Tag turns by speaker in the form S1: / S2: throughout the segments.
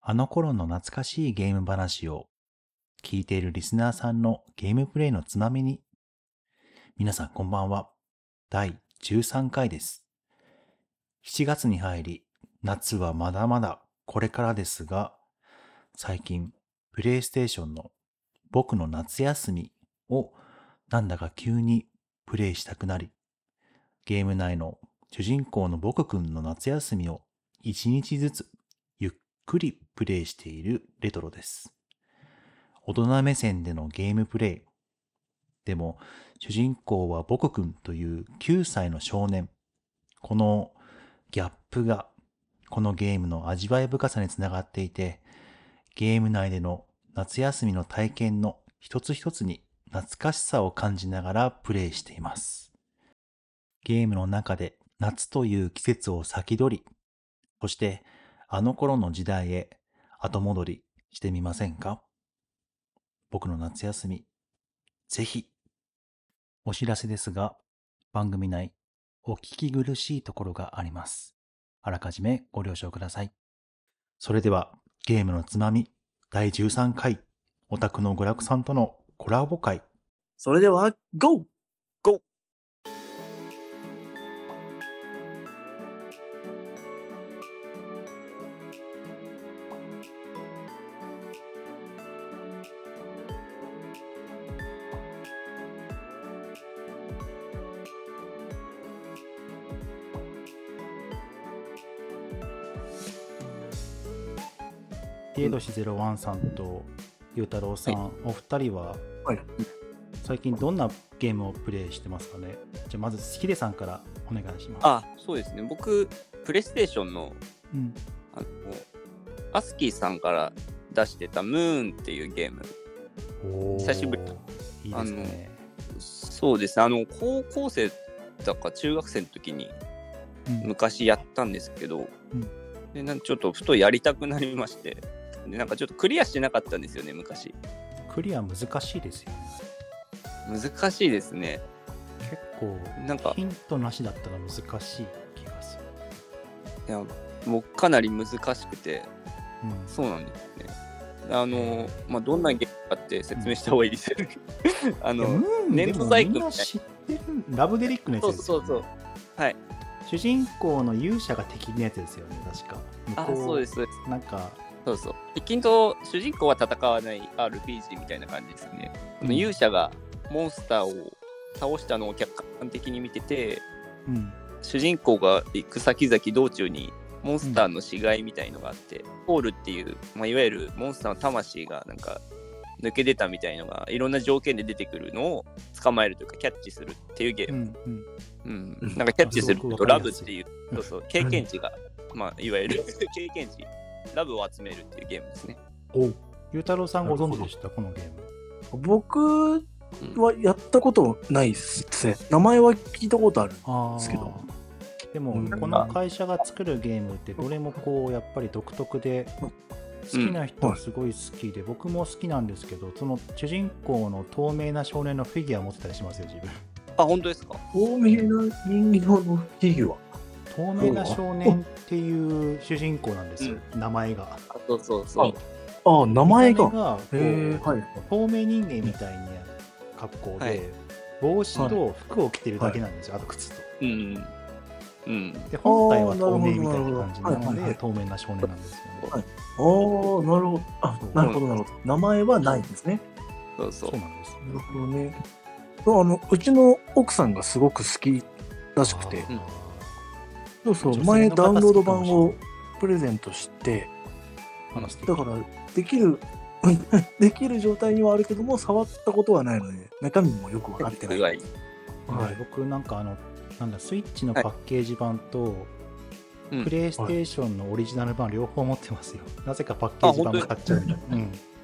S1: あの頃の懐かしいゲーム話を聞いているリスナーさんのゲームプレイのつまみに、皆さんこんばんは。第13回です。7月に入り、夏はまだまだこれからですが、最近、プレイステーションの僕の夏休みをなんだか急にプレイしたくなり、ゲーム内の主人公の僕くんの夏休みを一日ずつゆっくりプレイしているレトロです。大人目線でのゲームプレイ。でも、主人公は僕くんという9歳の少年。このギャップが、このゲームの味わい深さにつながっていて、ゲーム内での夏休みの体験の一つ一つに懐かしさを感じながらプレイしています。ゲームの中で夏という季節を先取り、そしてあの頃の時代へ後戻りしてみませんか？僕の夏休み、ぜひ。お知らせですが、番組内お聞き苦しいところがあります。あらかじめご了承ください。それではゲームのつまみ第13回オタクの娯楽さんとのコラボ会。
S2: それでは、GO!
S1: ピエドシ01さんとゆうたろうさん、お二人は
S2: はい。
S1: 最近どんなゲームをプレイしてますかね？じゃあまずヒデさんからお願いします。
S3: あ、そうですね。僕、プレイステーションの、
S1: うん。
S3: アスキーさんから出してたムーンっていうゲーム。
S1: おー
S3: 久しぶり。
S1: いいですね。
S3: そうですね。高校生だか中学生の時に昔やったんですけど、でちょっとふとやりたくなりまして、でちょっとクリアしてなかったんですよね、昔。
S1: クリア難しいですよね。
S3: 難しいですね。
S1: 結構ヒントなしだったら難しい気がする。
S3: いや、もうかなり難しくて、そうなんですね。どんなゲームかって説明した方がいいですよね。
S1: ネットサイクルみたいな。知ってるラブデリックのやつですよね。
S3: そう。はい。
S1: 主人公の勇者が敵のやつですよね、確か。
S3: そうです。そう。敵と主人公は戦わない RPG みたいな感じですね。勇者がモンスターを倒したのを客観的に見てて、主人公が行く先々道中にモンスターの死骸みたいのがあって、ホールっていう、いわゆるモンスターの魂が抜け出たみたいのがいろんな条件で出てくるのを捕まえるというかキャッチするっていうゲーム。キャッチするとラブっていう、経験値が、いわゆる経験値、ラブを集めるっていうゲームですね。
S1: ゆうたろうさんご存知でしたこのゲーム？
S2: 僕はやったことないですね。名前は聞いたことあるんですけど。
S1: でも、この会社が作るゲームってどれもやっぱり独特で、好きな人はすごい好きで、僕も好きなんですけど、その主人公の透明な少年のフィギュア持ってたりしますよ、自分。
S3: あ、本当ですか？
S2: 透明な人形のフィギュア。
S1: 透明な少年っていう主人公なんですよ、名前が。
S3: そう。
S2: 名前が
S1: 透明人間みたいな格好で、帽子と服を着てるだけなんですよ、あと靴と。で、本体は透明みたいな感じなので、透明な少年なんですよね。
S2: なるほど。なるほど。名前はないんですね。
S1: そうなんです。
S2: なるほどね。うちの奥さんがすごく好きらしくて、前ダウンロード版をプレゼントして、だからできる状態にはあるけども、触ったことはないので、中身もよく分かってない。
S1: 僕スイッチのパッケージ版と、プレイステーションのオリジナル版両方持ってますよ。なぜかパッケージ版買っちゃうみたいな。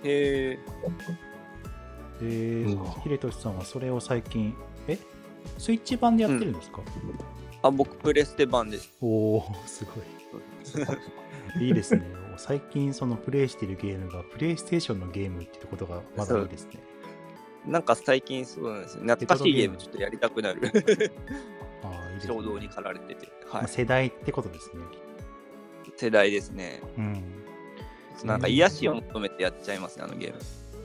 S1: ヒデトシさんはそれを最近、スイッチ版でやってるんですか？
S3: 僕プレステ版です。
S1: おー、すごい。いいですね。最近そのプレイしてるゲームがプレイステーションのゲームってことがまだいいですね。
S3: 最近そうなんですよ。懐かしいゲームちょっとやりたくなる。
S1: いいですね。
S3: 衝動に駆られてて。
S1: 世代ってことですね。
S3: 世代ですね。 なんか癒しを求めてやっちゃいますね、あのゲーム。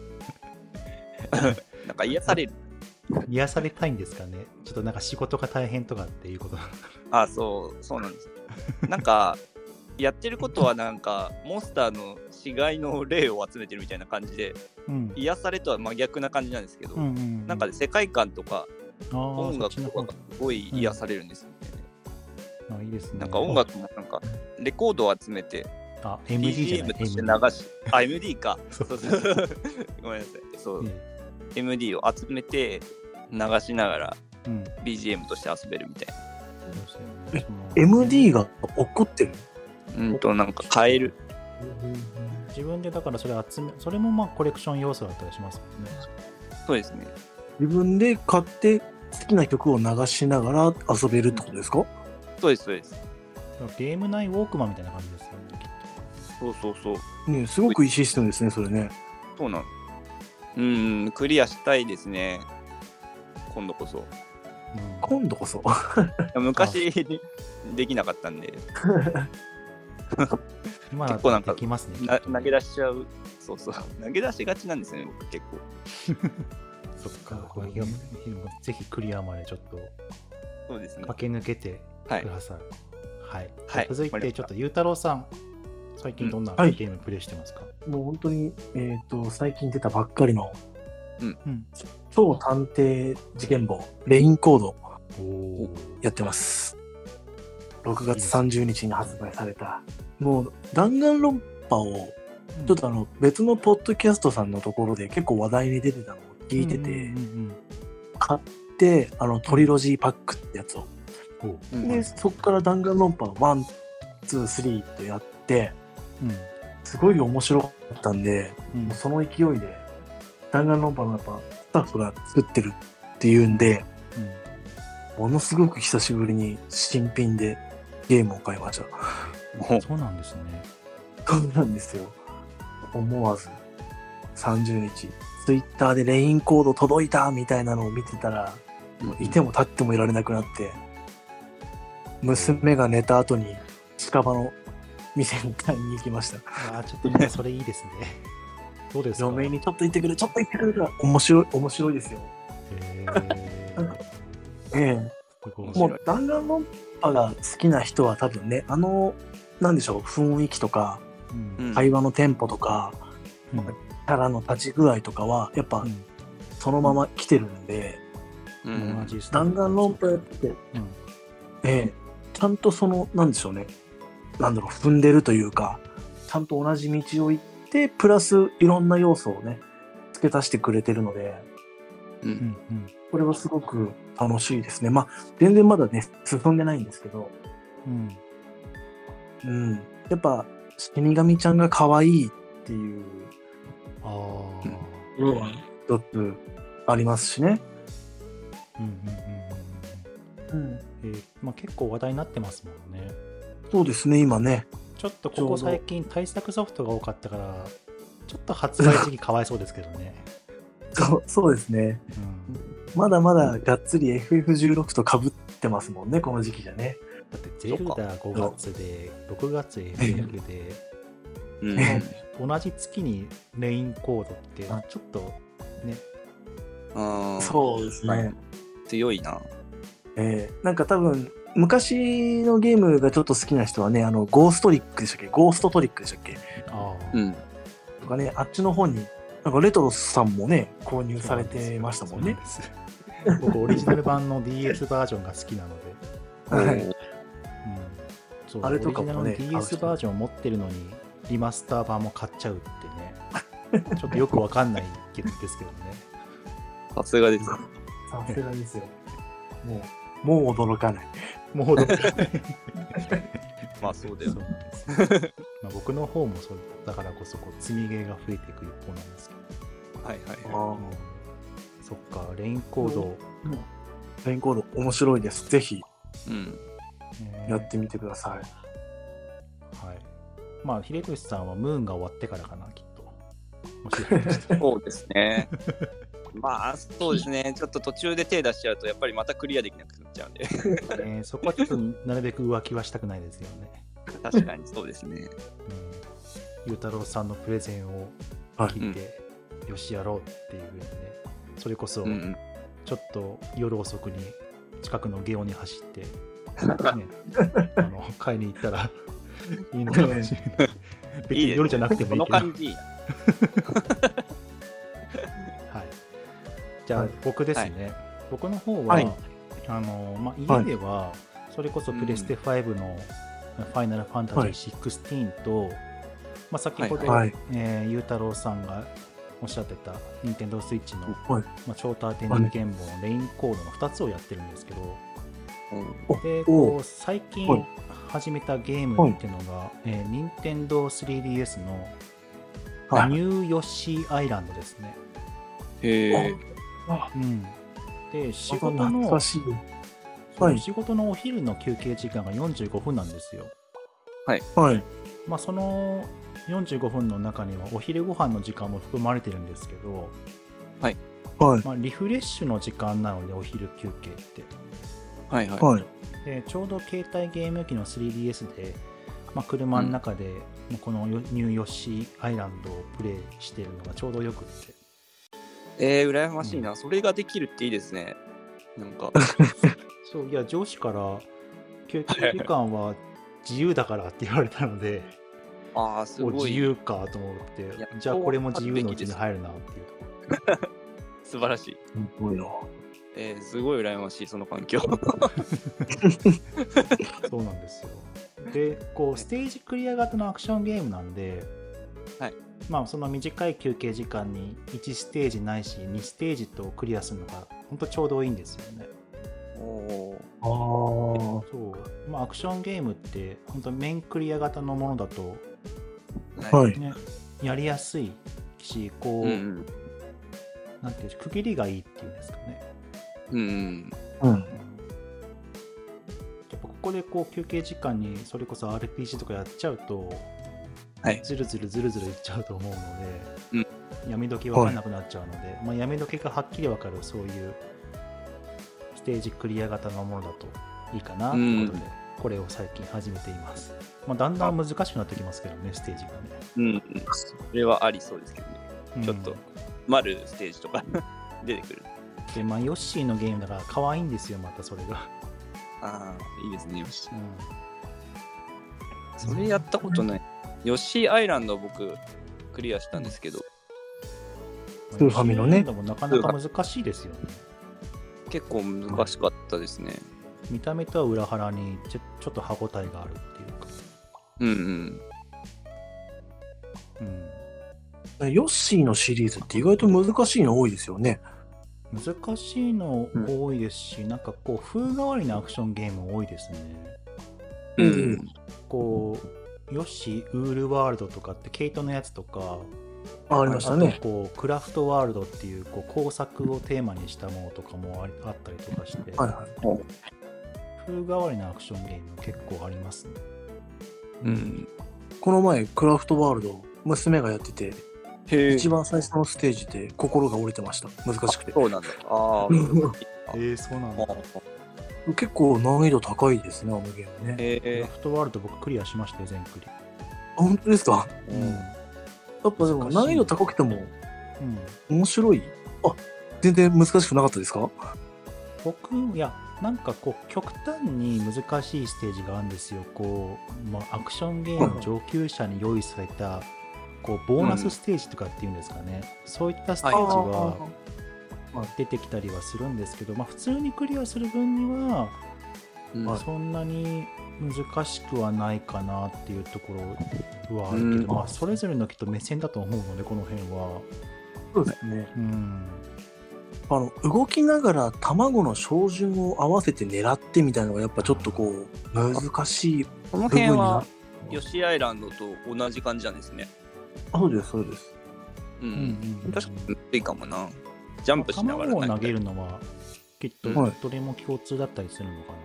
S3: なんか癒される。
S1: 癒されたいんですかね。ちょっとなんか仕事が大変とかっていうことなのか
S3: あ、そうなんです。なんか、やってることはなんか、モンスターの死骸の霊を集めてるみたいな感じで、
S1: な。うん。
S3: 癒されとは真逆な感じなんですけど、
S1: うんうんうん、
S3: なんか世界観とか音楽とかがすごい癒されるんですよね。
S1: あ、いいですね。
S3: なんか音楽もなんかレコードを集めて
S1: MD じゃない
S3: BGM として流し、MD か。そうごめんなさい。そう、MD を集めて流しながら BGM として遊べるみたいな。
S2: MD が怒ってる？
S3: なんか変える。
S1: 自分でだからそれそれもまあコレクション要素だったりしますもんね。
S3: そうですね。
S2: 自分で買って好きな曲を流しながら遊べるってことですか？
S3: そうです。
S1: ゲーム内ウォークマンみたいな感じですよね、きっ
S3: そう。
S2: ね、すごくいいシステムですね、それね。
S3: そうなの。クリアしたいですね。今度こそ。
S2: 今度こそ。
S3: 昔できなかったんで。
S1: 今
S3: 結構なんか
S1: できますね。
S3: 投げ出しちゃう。そう。投げ出しがちなんですよね、僕結構。
S1: そっか。ぜひクリアまでちょっと
S3: そうですね。
S1: 駆け抜けてください。はい。続いてちょっとゆうたろうさん、最近どんなゲームプレイしてますか？
S2: もう本当に最近出たばっかりの超探偵事件簿レインコードやってます。6月30日に発売された。もう弾丸論破をちょっと別のポッドキャストさんのところで結構話題に出てたのを聞いてて、買ってトリロジーパックってやつを、でそこから弾丸論破1、2、3とやって、すごい面白かったんで、もうその勢いで弾丸論破のやっぱスタッフが作ってるっていうんで、ものすごく久しぶりに新品でゲームを買いました。
S1: そうなんですね。
S2: そうなんですよ。思わず30日ツイッターでレインコード届いたみたいなのを見てたら、いても立ってもいられなくなって、娘が寝た後に近場の店に買いに行きました。
S1: ちょっとそれいいですね。どうですか？
S2: 嫁にちょっと行ってくれから面白いですよ。もう弾丸論破が好きな人は多分ね、なんでしょう、雰囲気とか、会話のテンポとか、キャラの立ち具合とかはやっぱそのまま来てるんで、弾丸論破やって、ちゃんとそのなんでしょうね、踏んでるというか、ちゃんと同じ道を行ってプラスいろんな要素をね付け足してくれてるので、これはすごく楽しいですね。まあ全然まだね進んでないんですけど、やっぱ死神ちゃんが可愛いっていうのは一つありますしね。
S1: 結構話題になってますもんね。
S2: そうですね、今ね。
S1: ちょっとここ最近対策ソフトが多かったから、ちょっと発売時期かわいそうですけどね。
S2: そうですね。まだまだがっつり FF16 と被ってますもんね、この時期じゃね。
S1: だってゼルダ5月で、6月 FF で、同じ月にレインコードってちょっとね。
S2: そうですね。
S3: 強いな。
S2: なんか多分昔のゲームがちょっと好きな人はね、ゴーストトリックでしたっけとかね、あっちの方になんかレトロさんもね購入されてましたもんね。
S1: 僕オリジナル版の DS バージョンが好きなので、あれとかもね、オリジナルの DS バージョンを持ってるのにリマスター版も買っちゃうってね、ちょっとよくわかんないですけどね。
S3: さすがです。
S2: さすがですよ。もう驚かない。
S3: まあそうだよ。
S1: 僕の方もそうだからこそ積みゲーが増えてくる方なんですけど。そっか、レインコード
S2: 面白いです。ぜひやってみてください。
S1: まあ秀俊さんはムーンが終わってからかな、きっと。
S3: そうですね。まあそうですね、ちょっと途中で手出しちゃうとやっぱりまたクリアできなくなっちゃうんで、
S1: そこはちょっとなるべく浮気はしたくないですよね。
S3: 確かにそうですね。
S1: ゆうたろうさんのプレゼンを聞いて、よしやろうっていうふうにね、それこそちょっと夜遅くに近くのゲオに走って、ね、買いに行ったらいいのかもしれない。別に夜じゃなくてもいいけど。
S3: この感じ。はい。
S1: じゃあ僕ですね。僕の方は、家ではそれこそプレステ5のファイナルファンタジー16と、先ほど、ゆうたろうさんがおっしゃってた任天堂スイッチの、超多点二元棒のレインコードの2つをやってるんですけど、で最近始めたゲームっていうのが、任天堂 3DS のニューヨッシーアイランドですね。で仕事のお昼の休憩時間が45分なんですよ。その45分の中にはお昼ご飯の時間も含まれてるんですけど、リフレッシュの時間なのでお昼休憩って、でちょうど携帯ゲーム機の 3DS で、車の中でこのニューヨッシーアイランドをプレイしてるのがちょうどよくって、
S3: 羨ましいな、それができるっていいですね。なんか
S1: そういや上司から休憩時間は自由だからって言われたので
S3: すごい
S1: 自由かと思って、じゃあこれも自由のうちに入るなっていうところ。
S3: 素晴らしい。すごい羨ましいその環境。
S1: そうなんですよ。でステージクリア型のアクションゲームなんで、その短い休憩時間に1ステージないし2ステージとクリアするのが本当ちょうどいいんですよね。アクションゲームって本当面クリア型のものだと、やりやすいし、なんていう区切りがいいっていうんですかね。やっぱここで休憩時間にそれこそ RPG とかやっちゃうと、ずるずるいっちゃうと思うので、闇時分かんなくなっちゃうので、闇時がはっきり分かるそういうステージクリア型のものだといいかなということで、これを最近始めています。だんだん難しくなってきますけどね、ステージがね。
S3: それはありそうですけどね。ちょっと丸ステージとか出てくる。
S1: でヨッシーのゲームだから可愛いんですよ、またそれが。
S3: いいですね、ヨッシー。それやったことない。ヨッシーアイランド僕クリアしたんですけど、
S2: スーファミのね。
S1: でもなかなか難しいですよね。
S3: 結構難しかったですね。
S1: 見た目とは裏腹にちょっと歯応えがあるっていう
S2: か。ヨッシーのシリーズって意外と難しいの多いですよね。
S1: 難しいの多いですし、なんか風変わりなアクションゲーム多いですね。ヨッシーウールワールドとかってケイトのやつとか
S2: ありましたね。
S1: あとクラフトワールドっていう工作をテーマにしたものとかもあったりとかして、風変わりなアクションゲーム結構ありますね。
S2: この前クラフトワールド娘がやってて、一番最初のステージで心が折れてました。難しくて。
S3: そうなんだ。そう
S1: なんだ。
S2: 結構難易度高いですね、あのゲームね。
S1: クラフトワールド僕クリアしましたよ、全クリ。
S2: 本当ですか？やっぱでも難易度高くても面白い。全然難しくなかったですか？
S1: なんか極端に難しいステージがあるんですよ。アクションゲーム上級者に用意されたボーナスステージとかっていうんですかね、そういったステージは出てきたりはするんですけど、普通にクリアする分には、そんなに難しくはないかなっていうところはあるけど、それぞれのきっと目線だと思うので、この辺は。
S2: そうですね。動きながら卵の照準を合わせて狙ってみたいなのがやっぱちょっと難しい
S3: この辺はヨッシーアイランドと同じ感じなんですね。
S2: そうですそうです。
S3: 確かにいいかもな。ジャンプしながら
S1: 卵を投げるのはきっとどれも共通だったりするのかな。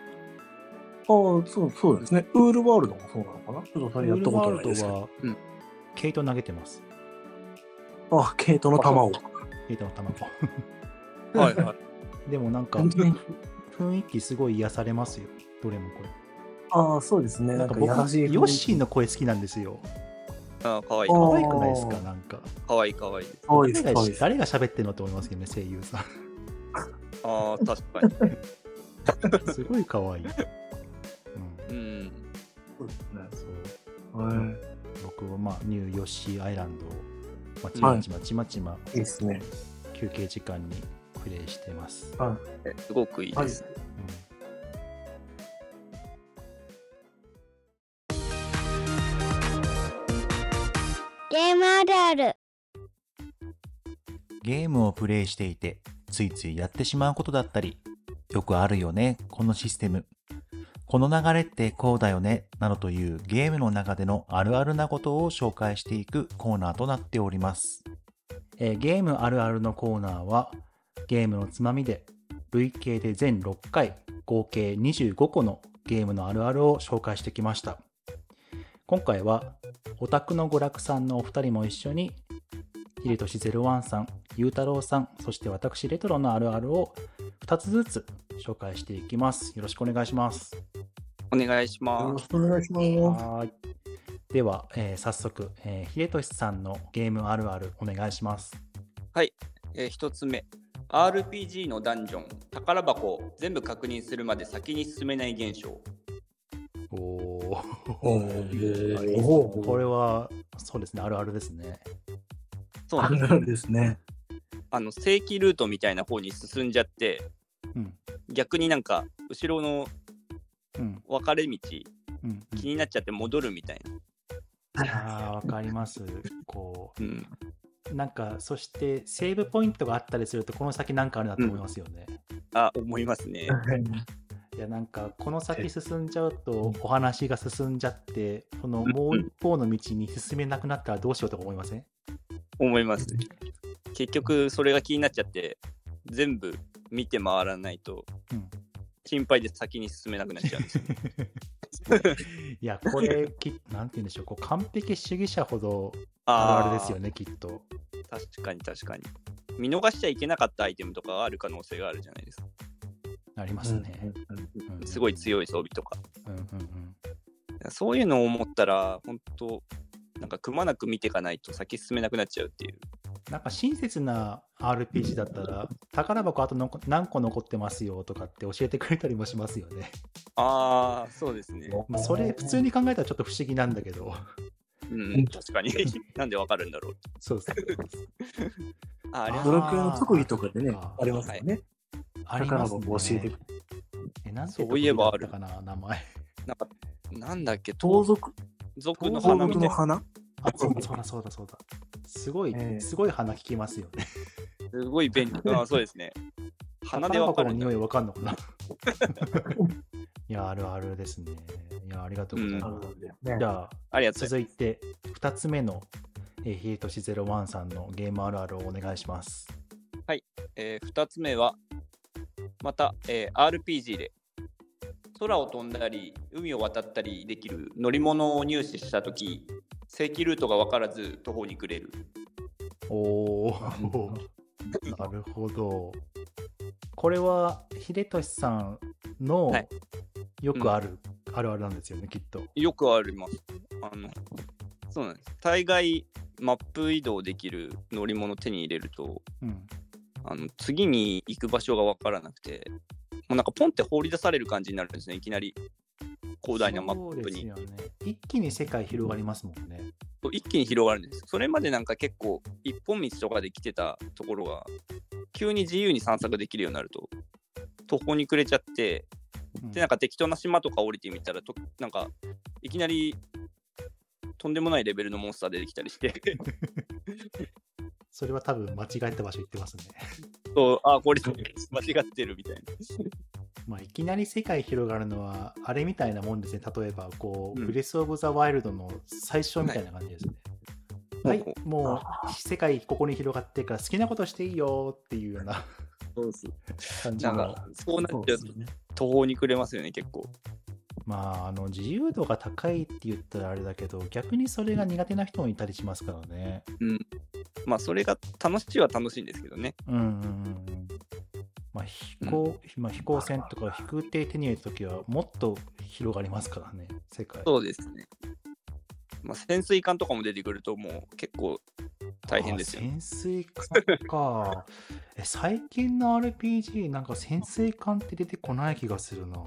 S2: そうですね。ウールワールドもそうなのかな。ちょっとそれやったことないですけど。
S1: ウールワールドはケイト投げてます。
S2: ケイトの卵。
S1: ケイトの卵。
S3: はい
S1: でもなんか雰囲気すごい癒されますよ。どれもこれ。
S2: そうですね。
S1: なんか僕ヨッシーの声好きなんですよ。
S3: ああ、かわいい。
S2: あー
S1: 可愛くないですか？なんか。
S3: かわいいかわいいです。
S2: かわいいです、かわいいです。
S1: 誰が喋ってんのと思いますけどね、声優さん。
S3: ああ、確かに。
S1: すごい可愛い。うん。
S3: うん。
S2: そうですね。
S1: そう僕はニューヨッシーアイランドをちまちま
S2: いいですね。
S1: 休憩時間にプレイしてます。
S2: は
S3: すごくいいです。
S4: ゲームあるある。
S1: ゲームをプレイしていてついついやってしまうことだったり、よくあるよね、このシステム。この流れってこうだよね、などというゲームの中でのあるあるなことを紹介していくコーナーとなっております。ゲームあるあるのコーナーは、ゲームのつまみで累計で全6回、合計25個のゲームのあるあるを紹介してきました。今回は、オタクの娯楽さんのお二人も一緒に、ひでとし01さん、ゆうたろうさん、そして私レトロのあるあるを2つずつ紹介していきます。よろしくお願いします。
S3: お願いし
S2: い。よろし
S3: ます。
S2: くお願いします。
S1: はい。では、早速、ひでとしさんのゲームあるあるお願いします。
S3: はい。一つ目。RPG のダンジョン、宝箱を全部確認するまで先に進めない現象。
S1: お
S2: お
S1: これは、そうですね、あるあるですね。
S3: そうなんです。
S2: あるあるですね。
S3: 正規ルートみたいな方に進んじゃって、
S1: うん。
S3: 逆になんか後ろの
S1: うん。
S3: 分かれ道
S1: うん。
S3: 気になっちゃって戻るみたいな。
S1: ああ、わかります。こ
S3: うん。
S1: う、なんか、そして、セーブポイントがあったりすると、この先なんかあるなと思いますよね。
S3: あ、思いますね。
S1: いや、なんか、この先進んじゃうと、お話が進んじゃって、そのもう一方の道に進めなくなったらどうしようとか思いません？
S3: 思います。結局それが気になっちゃって全部見て回らないと
S1: うん。
S3: 心配で先に進めなくなっちゃうんですよ。
S1: いや、これ、なんて言うんでしょう、こう完璧主義者ほどあるあるですよね、きっと。
S3: 確かに確かに。見逃しちゃいけなかったアイテムとかがある可能性があるじゃないですか。
S1: ありますね。
S3: すごい強い装備とか。
S1: うんうんうん。
S3: そういうのを思ったら本当なんかくまなく見ていかないと先進めなくなっちゃうっていう。
S1: なんか親切な RPG だったら、宝箱あと何個残ってますよとかって教えてくれたりもしますよね。
S3: ああ、そうですね。
S1: まあそれ普通に考えたらちょっと不思議なんだけど。
S3: うん、確かに。なんでわかるんだろう。
S1: そうそう。
S3: あれ
S2: ド
S3: は
S2: ラクエの特技とかでね、
S1: あ
S2: ありますよね。
S1: ありますね。
S2: 宝箱教えてくれ
S1: なんて
S3: そういえばある
S1: 特技だったかな、名前。
S3: なんかなんだっけ、
S2: 盗賊
S3: 族の
S2: 盗
S3: 花みたいな。
S2: 賊の花
S1: あ、そうだ。すごい花聞きますよね。
S3: すごい便利。ああ、そうですね。鼻でわかるんだ
S1: 宝箱の匂いわかんのかな。いや、あるあるですね。いや、ありがとうございます。じゃあ、
S3: ありがとうござい
S1: 続いて2つ目のひえとし01さんのゲームあるあるをお願いします。
S3: ます。2つ目はまた、RPG で空を飛んだり海を渡ったりできる乗り物を入手したとき、正規ルートが分からず途方に暮れる。
S1: おー、なるほど。これは秀俊さんの
S3: はい
S1: よくある、あるあるなんですよね、きっと。
S3: よくあります。そうなんです。大概マップ移動できる乗り物を手に入れると、
S1: うん。
S3: 次に行く場所が分からなくて、もうなんかポンって放り出される感じになるんですね。いきなり広大なマップに。
S1: そうですよね。一気に世界広がりますもんね。
S3: 一気に広がるんです。それまでなんか結構一本道とかで来てたところが急に自由に散策できるようになると途方に暮れちゃって、でなんか適当な島とか降りてみたらなんかいきなりとんでもないレベルのモンスター出てきたりして
S1: それは多分間違えた場所行ってますね。
S3: そう、これ間違ってるみたいな。
S1: まあ、いきなり世界広がるのはあれみたいなもんですね。例えばこう、
S3: うん
S1: ブレス・オブ・ザ・ワイルドの最初みたいな感じですね。はい、もう世界ここに広がってるから好きなことしていいよっていうような
S3: そうです
S1: 感じの。
S3: なんかそうなっちゃうと途方に暮れますよね、結構。
S1: まあ、自由度が高いって言ったらあれだけど、逆にそれが苦手な人もいたりしますからね。
S3: まあそれが楽しいは楽しいんですけどね。
S1: まあ、飛行船とか飛空艇手に入れたときはもっと広がりますからね、世界。
S3: そうですね。 潜水艦とかも出てくるともう結構大変ですよね。
S1: 潜水艦か。最近の RPG なんか潜水艦って出てこない気がするな。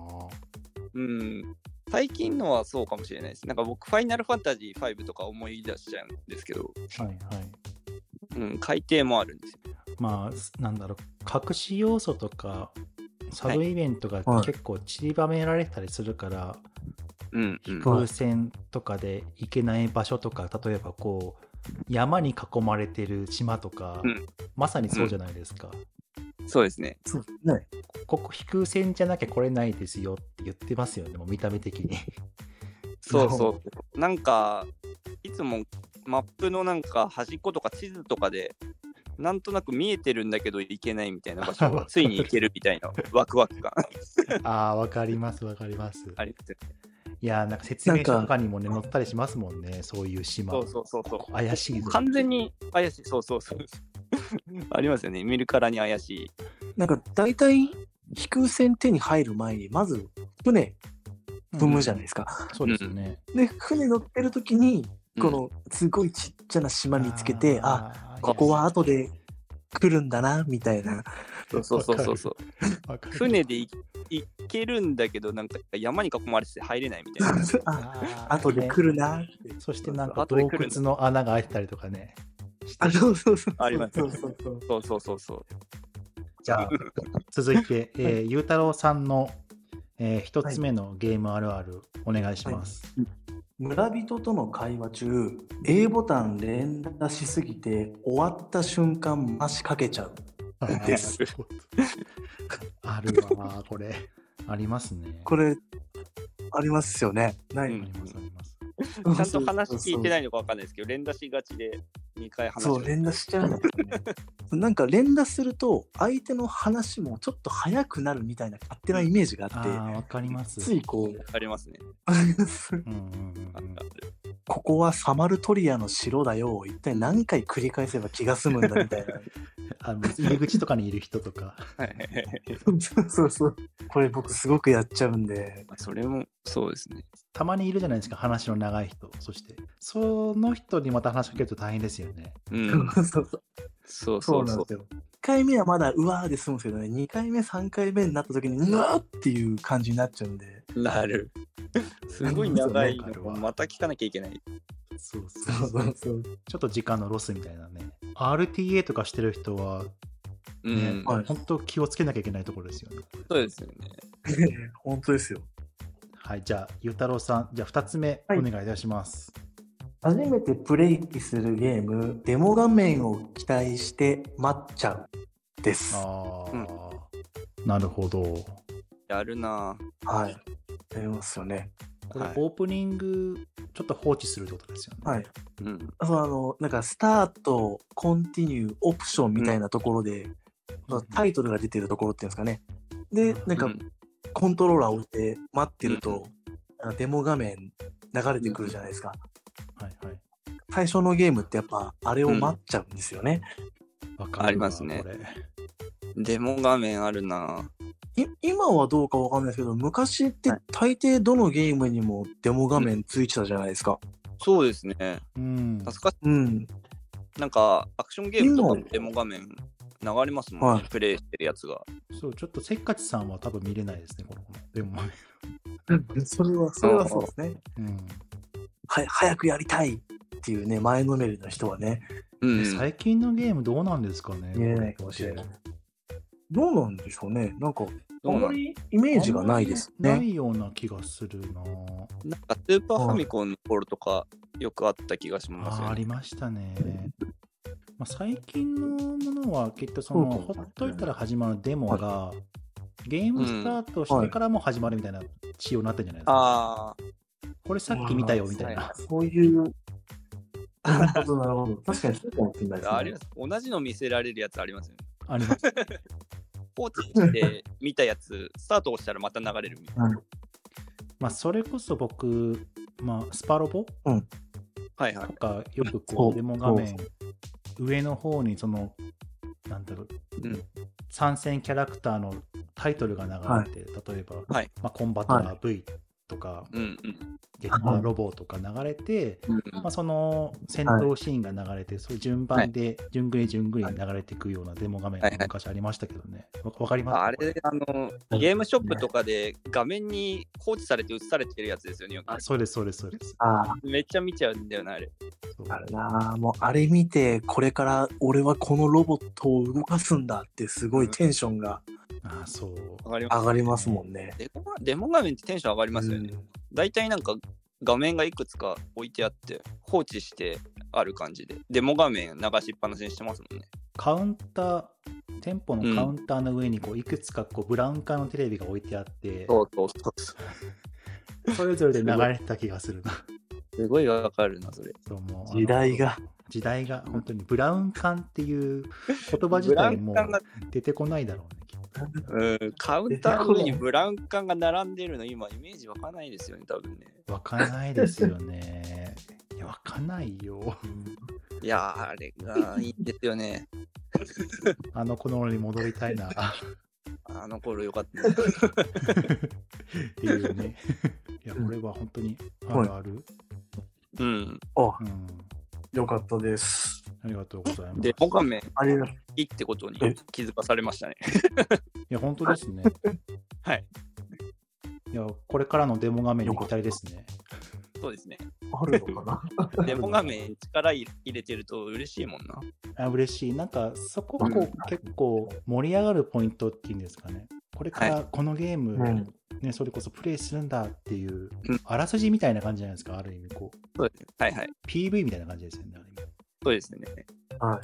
S3: 最近のはそうかもしれないです。なんか僕ファイナルファンタジー5とか思い出しちゃうんですけど、海底もあるんですよ。
S1: まあなんだろう、隠し要素とかサブイベントが結構散りばめられたりするから、飛空船とかで行けない場所とか、例えばこう山に囲まれてる島とか、まさにそうじゃないですか。
S3: そうですね。
S1: ここ飛空船じゃなきゃ来れないですよって言ってますよね、もう見た目的に。
S3: そうなんかいつもマップのなんか端っことか地図とかでなんとなく見えてるんだけど行けないみたいな場所ついに行けるみたいなワクワク感。
S1: わかります。
S3: ありますよね。
S1: いやなんか説明書とかにもね載ったりしますもんね、そういう島。
S3: そう
S1: 怪しいぞ。
S3: 完全に怪しい。そうありますよね、見るからに怪しい。
S2: なんか大体飛空船手に入る前にまず船踏むじゃないですか。
S1: そうですよね。
S2: で船乗ってる時にこのすごいちっちゃな島見つけて、ここは後で来るんだなみたいな。
S3: そう船で行けるんだけどなんか山に囲まれて入れないみたいな。
S2: 後で来るなって。
S1: そしてなんか洞窟の穴が開いてたりとかね。
S2: そう
S3: あります。そう。
S1: じゃあ続いてゆうたろうさんの一つ目のゲームあるあるお願いします。
S2: 村人との会話中 A ボタン連打しすぎて終わった瞬間足かけちゃうです。
S1: あるわこれ。ありますね。
S2: これありますよね。
S1: あります。
S3: ちゃんと話聞いてないのか分かんないですけど連打しがちで2回話して
S2: そう連打しちゃうんですよね。なんか連打すると相手の話もちょっと早くなるみたいな勝手なイメージがあって、
S1: わかります。
S2: ついこう
S3: ありますね。
S2: ここはサマルトリアの城だよ、一体何回繰り返せば気が済むんだみたいな。
S1: 入り口とかにいる人とか。
S2: そう。これ僕すごくやっちゃうんで。
S3: それもそうですね。
S1: たまにいるじゃないですか、話の長い人。そしてその人にまた話しかけると大変ですよね。
S2: そうなんですよ。1回目はまだうわーで済むんですけどね、2回目3回目になった時にうわーっていう感じになっちゃうんで。
S3: なる。すごい長いのをまた聞かなきゃいけない。
S1: そうちょっと時間のロスみたいなね。RTA とかしてる人はね、本当気をつけなきゃいけないところですよね。
S3: そうですよね。
S2: 本当ですよ。
S1: はい、じゃあゆうたろうさん、じゃあ2つ目お願いいたします。
S2: 初めてプレイするゲーム、デモ画面を期待して待っちゃうです。
S1: なるほど。
S3: やるな。
S2: はい。やりますよね。
S1: これオープニングちょっと放置するってことですよね。
S2: はい。なんかスタート、コンティニュー、オプションみたいなところで、タイトルが出てるところっていうんですかね。で、なんかコントローラーを置いて待ってると、デモ画面流れてくるじゃないですか。最初のゲームってやっぱあれを待っちゃうんですよね。
S3: ありますね。デモ画面あるな。
S2: 今はどうかわかんないですけど、昔って大抵どのゲームにもデモ画面ついてたじゃないですか。
S3: そうですね。なんかアクションゲームとかデモ画面流れますもんね、プレイしてるやつが。
S1: そう、ちょっとせっかちさんは多分見れないですね、このデモ画
S2: 面。それはそうですね。早くやりたいっていうね、前のめりの人はね。
S1: 最近のゲームどうなんですかね。
S2: 見えないかもしれない。どうなんでしょうね。なんかあまりイメージがないですね。
S1: ないような気がするな。
S3: なんかスーパーファミコンの頃とかよくあった気がしますよね。
S1: ありましたね。最近のものはきっとそのほっといたら始まるデモがゲームスタートしてからも始まるみたいな仕様になってるんじゃないですか。これさっき見たよみたいな。
S2: そういう。なるほど。確かにそうかもしれないですね。
S3: あります。同じの見せられるやつありますよね。
S1: あります。
S3: 放置して見たやつ、スタートをしたらまた流れるみたいな。
S1: それこそ僕、スパロボとかよくこうデモ画面上の方にそのなんだろう、参戦キャラクターのタイトルが流れて、例えば、コンバトラー V とか、 激化ロボとか流れて、その戦闘シーンが流れて、そういう順番でじゅんぐりじゅんぐりに流れていくようなデモ画面が昔ありましたけどね。わかりますか？
S3: あれゲームショップとかで画面に放置されて映されてるやつですよね。
S1: そうです。
S3: めっちゃ見ちゃうんだよな、あれ。
S2: あれな、もうあれ見て、これから俺はこのロボットを動かすんだってすごいテンションが上がりますもんね。
S3: デモ画面ってテンション上がりますよね。だいたいなんか画面がいくつか置いてあって放置してある感じで、デモ画面流しっぱなしにしてますもんね。
S1: カウンター、店舗のカウンターの上にいくつかブラウン管のテレビが置いてあって、それぞれで流れてた気がするな。
S3: すごいわかるな、それ。
S2: 時代
S1: が本当にブラウン管っていう言葉自体も出てこないだろうね。
S3: カウンターの上にブラウン管が並んでるの今イメージわかんないですよね、多分ね。
S1: わかんないですよね。いや、わかんないよ。
S3: いや、あれがいいんですよね。
S1: あの頃に戻りたいな。
S3: あの頃よかったな。
S1: っていうね。いや、これは本当にある。
S2: よかったです。
S1: ありがとうございます。
S3: で、画面いいってことに気づかされましたね。
S1: いや、本当ですね。
S3: はい。
S1: いや、これからのデモ画面に期待ですね。
S3: そうですね。
S2: あるのか
S3: な。デモ画面力入れてると嬉しいもんな。
S1: 嬉しい。なんかそこ結構盛り上がるポイントっていうんですかね。これからこのゲーム、ね、それこそプレイするんだっていう、あらすじみたいな感じじゃないですか、ある意味
S3: そうですね。はいはい。
S1: PV みたいな感じですよね、ある意味。
S3: そうですね。
S2: はい。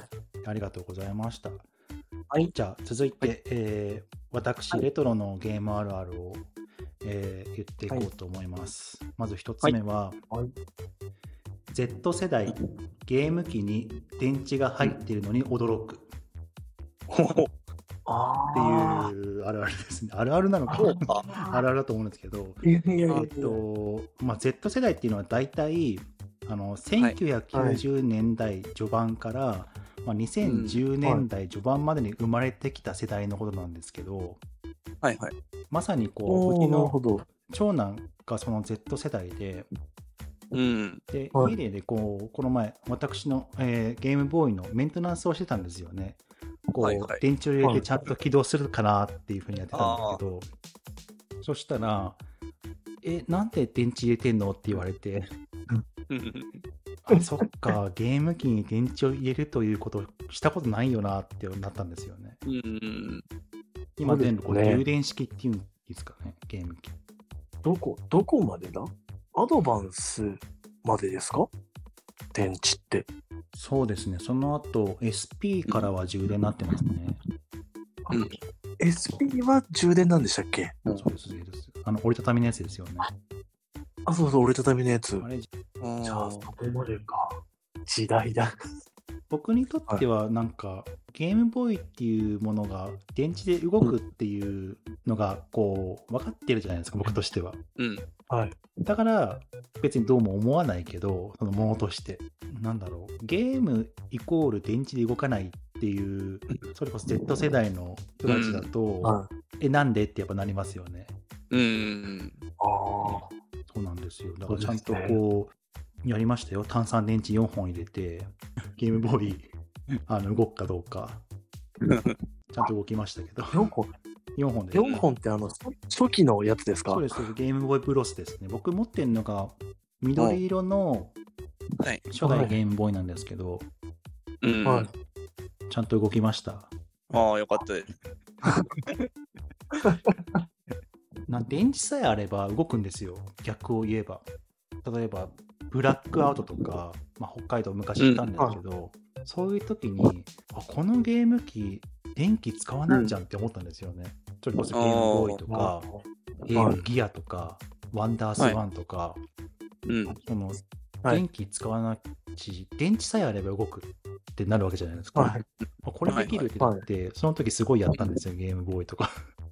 S1: ありがとうございました。
S2: はい。
S1: じゃあ続いて、私、レトロのゲームあるあるを、言っていこうと思います。まず一つ目は、Z 世代ゲーム機に電池が入っているのに驚く。っていうあるあるですね。あるあるなのかあるあるだと思うんですけど、Z 世代っていうのは大体1990年代序盤から、2010年代序盤までに生まれてきた世代のことなんですけど、まさにうちの長男がその Z 世代で、で家でこの前私の、ゲームボーイのメンテナンスをしてたんですよね。電池を入れてちゃんと起動するかなっていうふうにやってたんですけど、そしたらなんで電池入れてんのって言われてそっか、ゲーム機に電池を入れるということをしたことないよなってなったんですよね。今全部充電式っていうんですかね、ゲーム機。
S2: どこまでだ？アドバンスまでですか？電池って。
S1: そうですね。その後 SP からは充電になってますね。
S2: SP は充電なんでしたっけ？
S1: そうです。折りたたみのやつですよね。
S2: そう、折りたたみのやつ。
S1: じ
S2: ゃあそこまでか。時代だ。
S1: 僕にとってはなんか、ゲームボーイっていうものが電池で動くっていうのが分かってるじゃないですか、僕としては。だから別にどうも思わないけど、そのものとしてゲームイコール電池で動かないっていう、それこそ Z 世代の人たちだと、なんでってやっぱなりますよね。そうなんですよ。だからちゃんとやりましたよ。単酸電池4本入れてゲームボーイ動くかどうかちゃんと動きましたけど。4本で、
S2: 4本って初期のやつですか？
S1: そうです。ゲームボーイブロスですね。僕持ってるのが緑色の初代ゲームボーイなんですけど、ちゃんと動きました。
S3: よかったです。
S1: 電池さえあれば動くんですよ。逆を言えば。例えばブラックアウトとか、北海道昔行ったんですけど、そういう時にこのゲーム機電気使わないじゃんって思ったんですよね。それこそゲームボーイとか、ゲームギアとか、ワンダースワンとか、電気使わないし、電池さえあれば動くってなるわけじゃないですか。これできるってなって、その時すごいやったんですよ、ゲームボーイとか。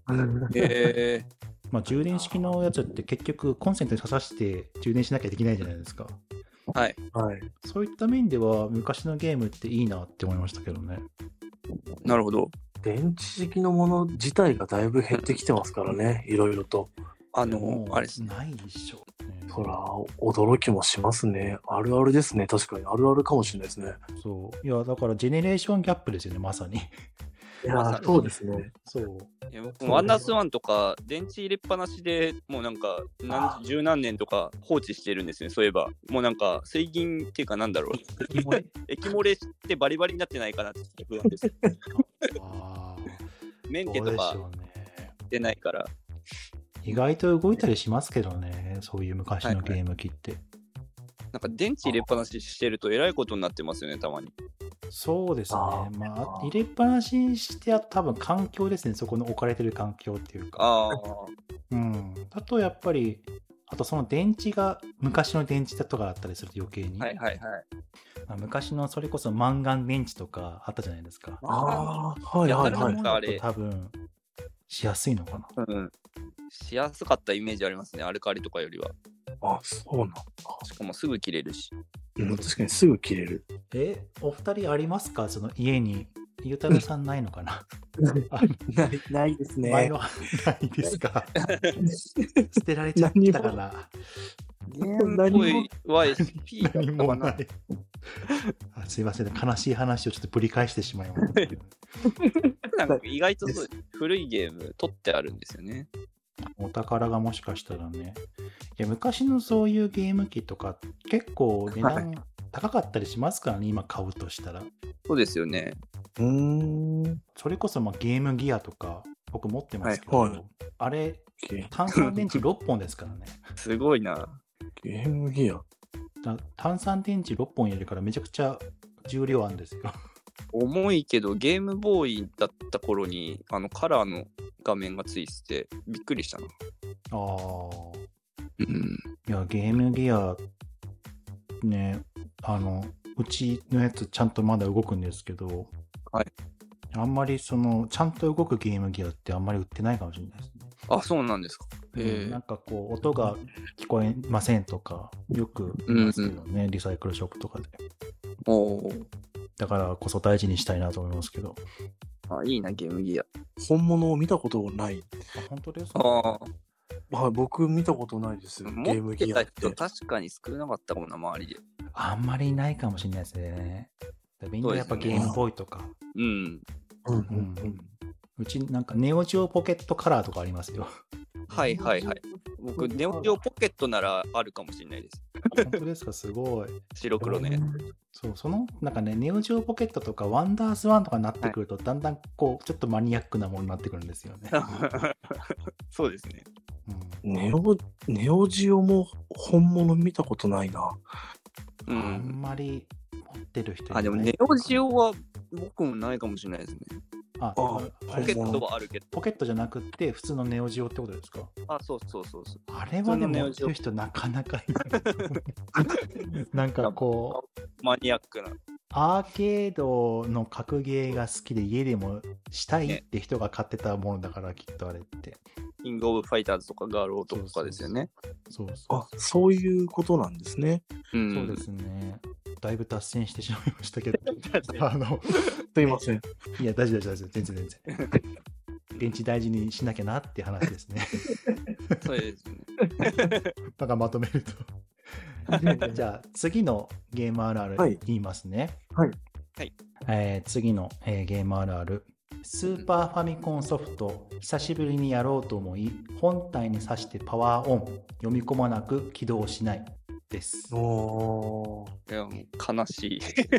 S1: 充電式のやつって結局コンセントに挿して充電しなきゃできないじゃないですか。そういった面では昔のゲームっていいなって思いましたけどね。
S3: なるほど。
S2: 電池式のもの自体がだいぶ減ってきてますからね、いろいろと。
S3: あれですね。
S1: ないでしょうね。
S2: そら、驚きもしますね。あるあるですね。確かに。あるあるかもしれないですね。
S1: そう。いや、だからジェネレーションギャップですよね、まさに。
S2: いやー、
S3: まさに
S2: そうですね。
S1: そう。
S3: いや僕もワンダースワンとか電池入れっぱなしでもうなんか十何年とか放置してるんですね。そういえばもうなんか水銀っていうかなんだろう液漏れしてバリバリになってないかなって不安です
S1: あ
S3: メンテとか
S1: そうでしょうね。
S3: 出ないから
S1: 意外と動いたりしますけどね、そういう昔のゲーム機って。
S3: なんか電池入れっぱなししてるとえらいことになってますよね、たまに。
S1: そうですね。
S2: あ
S1: まあ、入れっぱなしにしては多分環境ですね。そこの置かれてる環境っていうか。
S3: ああ、
S1: うん。だとやっぱり、あとその電池が昔の電池だとかだったりすると余計に。
S3: はいはいはい。
S1: まあ昔のそれこそマンガン電池とかあったじゃないですか。
S2: ああ、はいはいはい。
S3: あれ
S1: 多分しやすいのかな。
S3: うん。しやすかったイメージありますね、アルカリとかよりは。
S2: あ、そうなんだ。
S3: しかもすぐ切れるし。
S2: うん、確かにすぐ切れる。
S1: お二人ありますかその家に。ゆうたろうさんないのかな
S2: ないですね。
S1: 前のないですか捨てられちゃったかな
S3: ゲームボーイは SP だった
S1: 何も
S3: かな。
S1: ないあすいません、悲しい話をちょっとぶり返してしまいました。
S3: なんか意外とそう古いゲーム取ってあるんですよね。
S1: お宝がもしかしたらね。いや昔のそういうゲーム機とか結構値段高かったりしますからね、今買うとしたら。
S3: そうですよね。
S1: それこそまあゲームギアとか僕持ってますけど、
S2: はいはい
S1: あれ炭酸電池6本ですからね。
S3: すごいな。
S2: ゲームギア。
S1: 炭酸電池6本入れるからめちゃくちゃ重量あるんですよ。
S3: 重いけどゲームボーイだった頃にカラーの画面がついててびっくりしたな。
S1: ああ。
S3: うん。
S1: いや、ゲームギア、ね、うちのやつちゃんとまだ動くんですけど、
S3: はい。
S1: あんまりちゃんと動くゲームギアってあんまり売ってないかもしれないですね。
S3: あ、そうなんですか。
S1: なんかこう、音が聞こえませんとか、よく言いますけどね、リサイクルショップとかで。
S3: おー。
S1: だからこそ大事にしたいなと思いますけど。
S3: あ、いいな、ゲームギア。
S2: 本物を見たことない。
S1: 本当ですか？
S3: ああ。
S2: はい、僕見たことないです。ゲーム
S3: 持って
S2: ギアって。
S3: た人確かに少なかったかもな、周りで。
S1: あんまりいないかもしれないですね。みんなやっぱゲームボーイとか。
S3: うん。
S1: うちなんかネオジオポケットカラーとかありますよ。
S3: はいはいはい。僕、ネオジオポケットならあるかもしれないです。
S1: 本当ですか？すごい。
S3: 白黒ね。
S1: そう、なんかね、ネオジオポケットとかワンダースワンとかになってくると、だんだんこう、ちょっとマニアックなものになってくるんですよね。
S3: そうですね。
S2: ネオジオも本物見たことないな。
S3: う
S1: あん
S3: ん。
S1: まり持ってる人いない。
S3: あ、でもネオジオは僕もないかもしれないですね。
S1: あ
S3: ポケットはあるけど。
S1: ポケットじゃなくて、普通のネオジオってことですか？
S3: あ、そうそうそうそう。
S1: あれはね、持ってる人なかなかいない。なんかこう、
S3: マニアックな。
S1: アーケードの格ゲーが好きで家でもしたいって人が買ってたものだから、きっとあれって。
S3: キングオブファイターズとかガールオートとかですよね。
S1: そう
S2: あ、そういうことなんですね。
S3: うん
S1: そうですね。だいぶ脱線してしまいましたけど。
S2: すいません。
S1: いや、大丈夫、全然。電池大事にしなきゃなって話ですね。
S3: そうですね。
S1: なんかまとめると。じゃあ、次のゲームあるある言いますね。
S2: はい。
S1: 次の、ゲームあるある。スーパーファミコンソフト、久しぶりにやろうと思い、本体に挿してパワーオン、読み込まなく起動しないです。
S2: おー。
S3: いや、もう悲しい。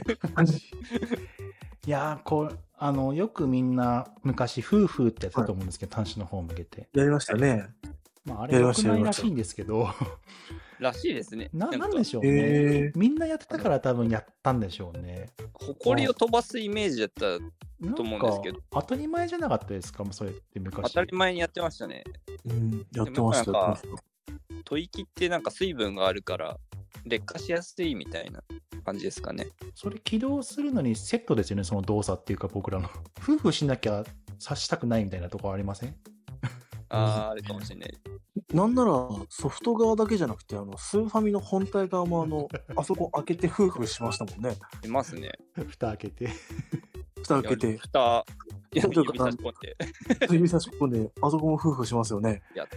S1: いやーよくみんな昔夫婦ってやってたと思うんですけど、端子の方向けて。
S2: やりましたね。
S1: まあ、あれ良くないらしいんですけど、
S3: らしいですね。
S1: なんでしょうね。みんなやってたから多分やったんでしょうね。
S3: 埃を飛ばすイメージだったと思うんですけど。
S1: 当たり前じゃなかったですか？もうそれって昔。
S3: 当たり前にやってましたね。
S2: やってました。
S3: 吐息ってなんか水分があるから劣化しやすいみたいな感じですかね。
S1: それ起動するのにセットですよね、その動作っていうか僕らの。夫婦しなきゃさしたくないみたいなところありません？
S3: あれかもしれない。
S2: なんならソフト側だけじゃなくてスーファミの本体側もあそこ開けて夫婦しましたもんね。
S3: いますね。
S1: 蓋開けて。
S2: 蓋開けて。
S3: 指差し込んで。
S2: 指差し込んで、あそこも夫婦しますよね。
S3: やった。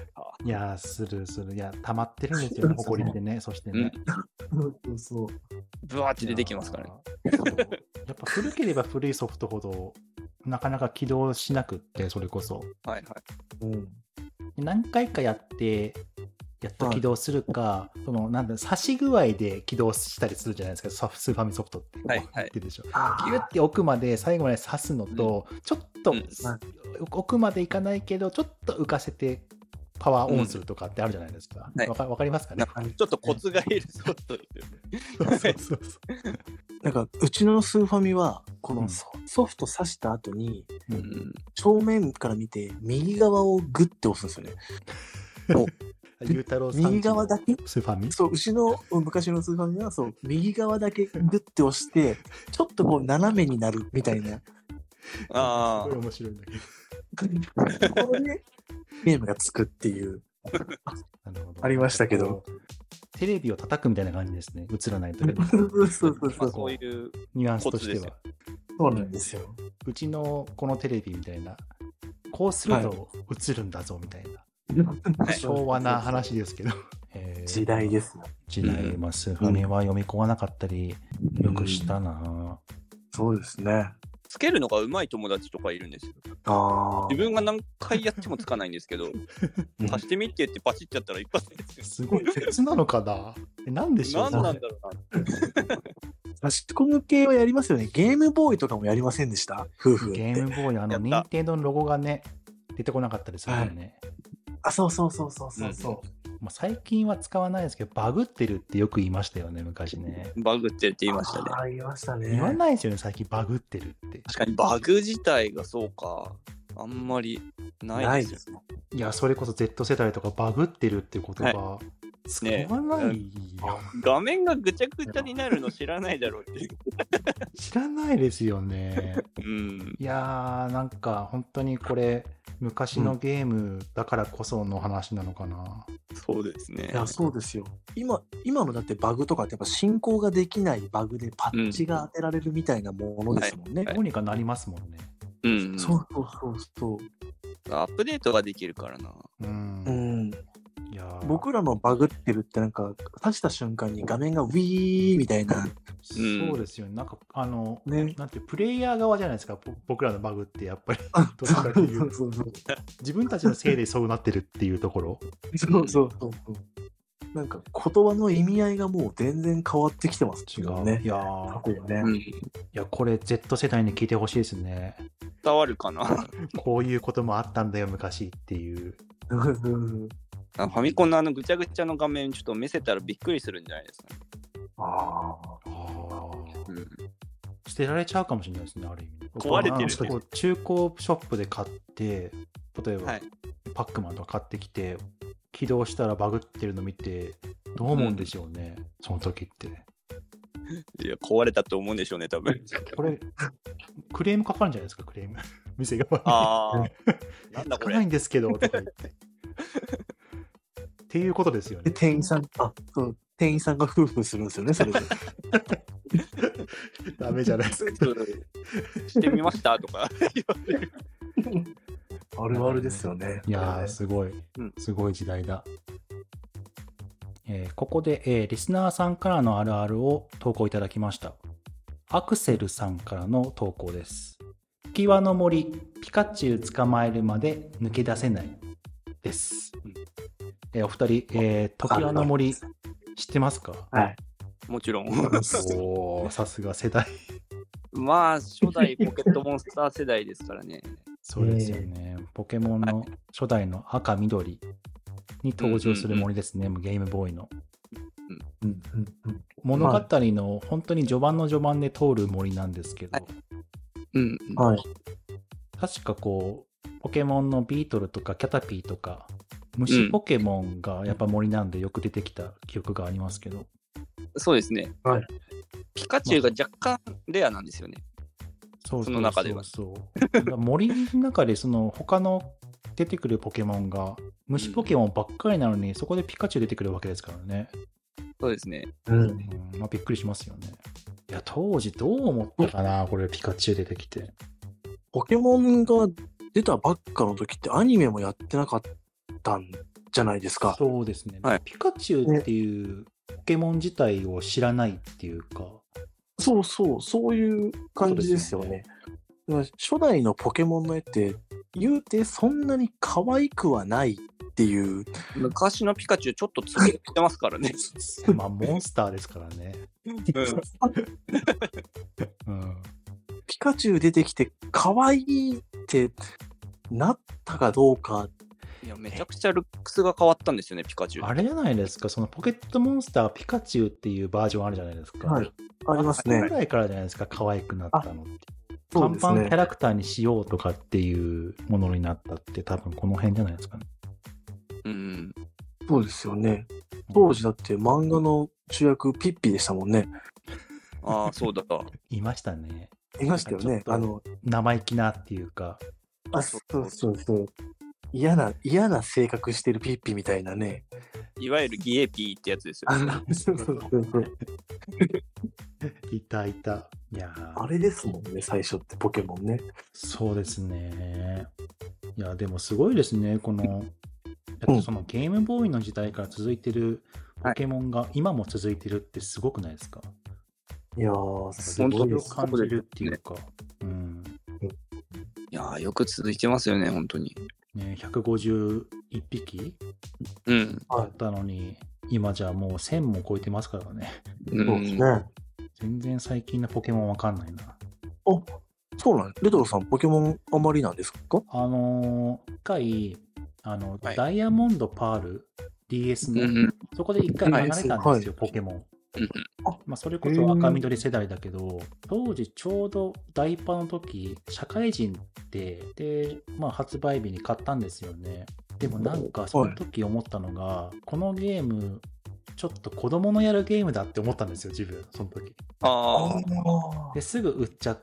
S1: いやー、する。いや、溜まってるんですよね、ほこりってね、そしてね。
S2: そう。
S3: ブワーって出てきますからね。
S1: そうやっぱ古ければ古いソフトほど、なかなか起動しなくって、それこそ。
S3: はいはい。
S2: うん。
S1: 何回かやって、やっと起動するか、その、なんだ、差し具合で起動したりするじゃないですか、スーファミソフトって。
S3: はいはい
S1: 言ってるでしょ。
S2: あ
S1: ギュッて奥まで、最後まで刺すのと、ちょっと、
S3: うん
S1: 奥までいかないけど、ちょっと浮かせて、パワーオンするとかってあるじゃないですか。
S3: はい
S1: わかりますかね。
S3: ちょっとコツがいるソフトですよね。
S1: そう。
S2: なんか、うちのスーファミは、こ
S1: うん
S2: のソフト挿した後に、
S3: うん
S2: 正面から見て、右側をグッて押すんですよね。
S1: ゆうたろうさんちの
S2: 右側だけ
S1: スーファミ
S2: そう、うちの昔のスーファミは、そう、右側だけグッて押して、ちょっとこう斜めになるみたいな。
S3: あ
S1: すごい面白いんだけど。
S2: ここでゲームがつくっていう。
S1: なるほど
S2: ありましたけど。
S1: テレビを叩くみたいな感じですね。映らないという
S2: そう
S3: まあ、そういう
S1: ニュアンスとして
S3: コツです
S1: は。
S2: そうなんですよ。
S1: うちのこのテレビみたいな、こうすると映るんだぞみたいな、昭和な話ですけど。
S2: 時代ですね。
S1: 時代、まあ、スーファミは読み込まなかったり、よくしたな。
S2: そうですね。
S3: つけるのが上手い友達とかいるんですよ。
S2: あ
S3: 自分が何回やってもつかないんですけど、貸してみって言ってパチッちゃったら一発ですよ。
S1: すごい、鉄なのかな。なんでしょう
S3: 何なんだろうな。
S2: 差し込む系はやりますよね。ゲームボーイとかもやりませんでした夫婦って。
S1: ゲームボーイ、
S3: やった
S1: 任天堂のロゴがね、出てこなかったりするよね。
S2: あ、そう。
S1: まあ、最近は使わないですけど、バグってるってよく言いましたよね、昔ね。
S3: バグってるって言いましたね。
S2: ああ、言いましたね。
S1: 言わないですよね、最近バグってるって。
S3: 確かにバグ自体がそうか。あんまりないですよ。
S1: いや、それこそ Z 世代とかバグってるって言葉、使わないよ。
S3: 画面がぐちゃぐちゃになるの知らないだろうっていう。
S1: 知らないですよね。
S3: うん。
S1: いやー、なんか本当にこれ、昔のゲームだからこその話なのかな。
S3: そうですね。
S2: いや、そうですよ。今のだってバグとかってやっぱ進行ができないバグでパッチが当てられるみたいなものですもんね。
S1: どうにかなりますもんね。
S3: うん。
S2: そう。
S3: アップデートができるからな。
S2: うん。
S1: いやー
S2: 僕らのバグってるってなんか、刺した瞬間に画面がウィーみたいな。
S1: そうですよね。なんか
S2: ね。
S1: なんてプレイヤー側じゃないですか、僕らのバグってやっぱり。
S2: あ、
S1: どっちかというと
S2: そう。
S1: 自分たちのせいでそうなってるっていうところ。
S2: そう。なんか言葉の意味合いがもう全然変わってきてますよね。
S1: いや
S2: 過去ね。
S3: うん。
S1: いや、これ Z 世代に聞いてほしいですね。
S3: 伝わるかな。
S1: こういうこともあったんだよ、昔っていう。
S3: ファミコンのぐちゃぐちゃの画面ちょっと見せたらびっくりするんじゃないですかね。
S2: あ
S3: うん。
S1: 捨てられちゃうかもしれないですね、ある意味。
S3: 壊れてるって
S1: こう中古ショップで買って、例えば、
S3: はい
S1: パックマンとか買ってきて、起動したらバグってるの見て、どう思うんでしょうね、その時って。
S3: いや、壊れたと思うんでしょうね、多分。
S1: これ、クレームかかるんじゃないですか、クレーム。店側に。
S3: ああ。なんだこれ。
S1: つかないんですけど、とか言って。っていうことですよ
S2: で、
S1: ね。
S2: 店員さんが夫婦するんですよね、それで。
S1: ダメじゃないですか。
S3: してみましたとか言われる。
S2: あるあるですよね。
S1: いやー、すごい、すごい時代だ。ここで、リスナーさんからのあるあるを投稿いただきました。アクセルさんからの投稿です。キワの森、ピカチュウ捕まえるまで抜け出せないです。お二人、時ワの森、知ってますか？
S2: はい。
S3: もちろん。
S1: おー、さすが世代。
S3: まあ、初代ポケットモンスター世代ですからね。
S1: そうですよね。ポケモンの初代の赤緑に登場する森ですね、ゲームボーイの。物語の本当に序盤の序盤で通る森なんですけど、
S2: はい。
S1: 確かこう、ポケモンのビートルとかキャタピーとか、虫ポケモンがやっぱ森なんでよく出てきた記憶がありますけど。
S3: そうですね。
S2: はい。
S3: ピカチュウが若干レアなんですよね。
S1: そ
S3: の中では。
S1: 森の中でその他の出てくるポケモンが虫ポケモンばっかりなのに、そこでピカチュウ出てくるわけですからね。
S3: そうですね。
S1: まあびっくりしますよね。いや、当時どう思ったかな、これピカチュウ出てきて。
S2: ポケモンが出たばっかの時ってアニメもやってなかったんじゃないですか。
S1: そうですね。
S3: はい
S1: ピカチュウっていうポケモン自体を知らないっていうか。
S2: そうそう、そういう感じですよね。初代のポケモンの絵って、言うてそんなに可愛くはないっていう。
S3: 昔のピカチュウちょっとつぶってますからね。
S1: まあ、モンスターですからね。うん。
S2: ピカチュウ出てきて可愛いってなったかどうか。
S3: いや、めちゃくちゃルックスが変わったんですよね、ピカチュウ。
S1: あれじゃないですか、そのポケットモンスターピカチュウっていうバージョンあるじゃないですか。
S2: はい。ありますね。
S1: ぐらいからじゃないですか、可愛くなったのって。看
S2: そうですね
S1: 板キャラクターにしようとかっていうものになったって多分この辺じゃないですかね。
S3: うん。
S2: そうですよね。当時だって漫画の主役ピッピでしたもんね。
S3: ああ、そうだ。
S1: いましたね。
S2: いましたよね。
S1: ちょっと生意気なっていうか。
S2: そうそうそう。嫌な性格してるピッピみたいなね。
S3: いわゆるギエピーってやつですよね。
S2: そうそうそうそう。
S1: いたいた。いやー
S2: あれですもんね、最初ってポケモンね。
S1: そうですね。いや、でもすごいですね。この、だってそのゲームボーイの時代から続いてるポケモンが今も続いてるってすごくないですか？
S2: いやー、す
S1: 歴史を
S2: ごいです。
S1: 感じるっていうか。うん。
S3: いやー、よく続いてますよね、本当に。
S1: ね、151匹
S3: うん。
S1: だったのに、今じゃもう1000も超えてますからね。
S2: そうですね。
S1: 全然最近のポケモンわかんないな。
S2: あ、そうなんです。レトロさん、ポケモンあまりなんですか？
S1: 一回、
S3: はい
S1: ダイヤモンドパール DS の、
S3: うん。
S1: そこで一回離れたんですよ、
S2: はい
S1: ポケモン。
S3: うん
S1: まあ、それこそ赤緑世代だけど、当時ちょうどダイパの時、社会人ってで、まあ、発売日に買ったんですよね。でもなんかその時思ったのが、このゲームちょっと子供のやるゲームだって思ったんですよ、自分その時。
S3: ああ。
S1: ですぐ売っちゃって、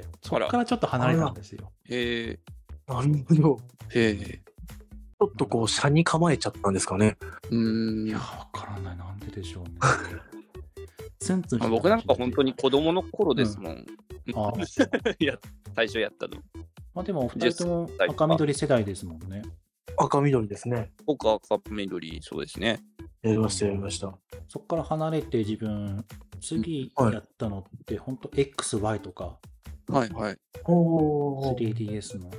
S1: そこからちょっと離れたんですよ。
S3: へえ。
S2: なるほど。
S3: へえ。
S2: ちょっとこう、車に構えちゃったんですかね。
S1: いや、わからない。なんででしょうね。ツンツンしてた
S3: 僕なんか本当に子供の頃ですもん。
S1: あ
S3: いや、最初やったの。
S1: まあでも、お二人とも赤緑世代ですもんね。
S2: 赤緑ですね。
S3: 僕は赤緑、そうですね。
S2: やりました、やりました。
S1: そこから離れて自分、次やったのって、本当 XY とか、
S3: はいはい。
S2: おー、
S1: 3DS の。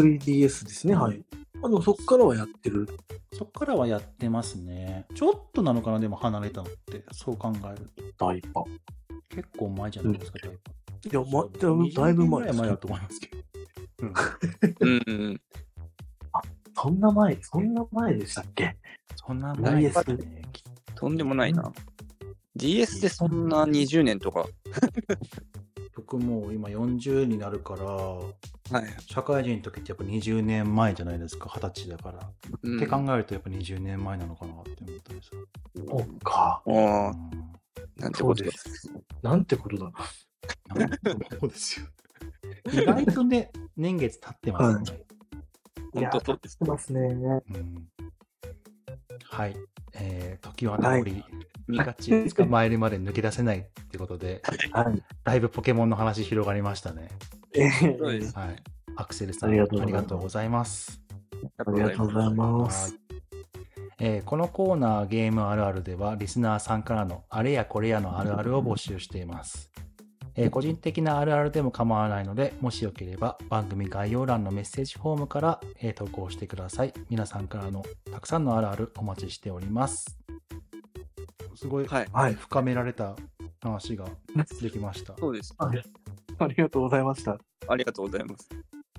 S2: 3DS ですね、はい。そこからはやってる。
S1: そこからはやってますね。ちょっとなのかな、でも離れたのって、そう考えると。
S2: ダイパ。
S1: 結構前じゃないですか、
S2: いや、だいぶ前
S1: ぐらい前だと思いますけど。
S3: うんうん。
S2: そんな前でしたっけ？
S1: そんな前ですね。
S3: とんでもないな。DS でそんな20年とか。
S1: 僕もう今40になるから、
S3: はい。
S1: 社会人の時ってやっぱ20年前じゃないですか、20歳だから。
S3: うん
S1: って考えるとやっぱ20年前なのかなって思ったんですよ。
S2: そうか。
S3: ああ、なんてことです。
S2: なんてことだ。
S1: そうですよ。意外とね、年月経ってますね。
S3: 本当そうです。
S2: ますね。
S1: うんはい。時は流り、ピカチュウ捕まえるまで抜け出せないってことで、
S2: はい。
S1: だいぶポケモンの話広がりましたね。
S3: そうです。
S1: はい。アクセルさん、
S2: ありがとうございます
S1: ありがとうございます。
S2: ありがとうございます。
S1: このコーナーゲームあるあるではリスナーさんからのあれやこれやのあるあるを募集しています。個人的なあるあるでも構わないので、もしよければ番組概要欄のメッセージフォームから、投稿してください。皆さんからのたくさんのあるあるお待ちしております。すごい
S3: はい。
S1: 深められた話ができました。
S3: そうです。
S2: ありがとうございました。
S3: ありがとうございます。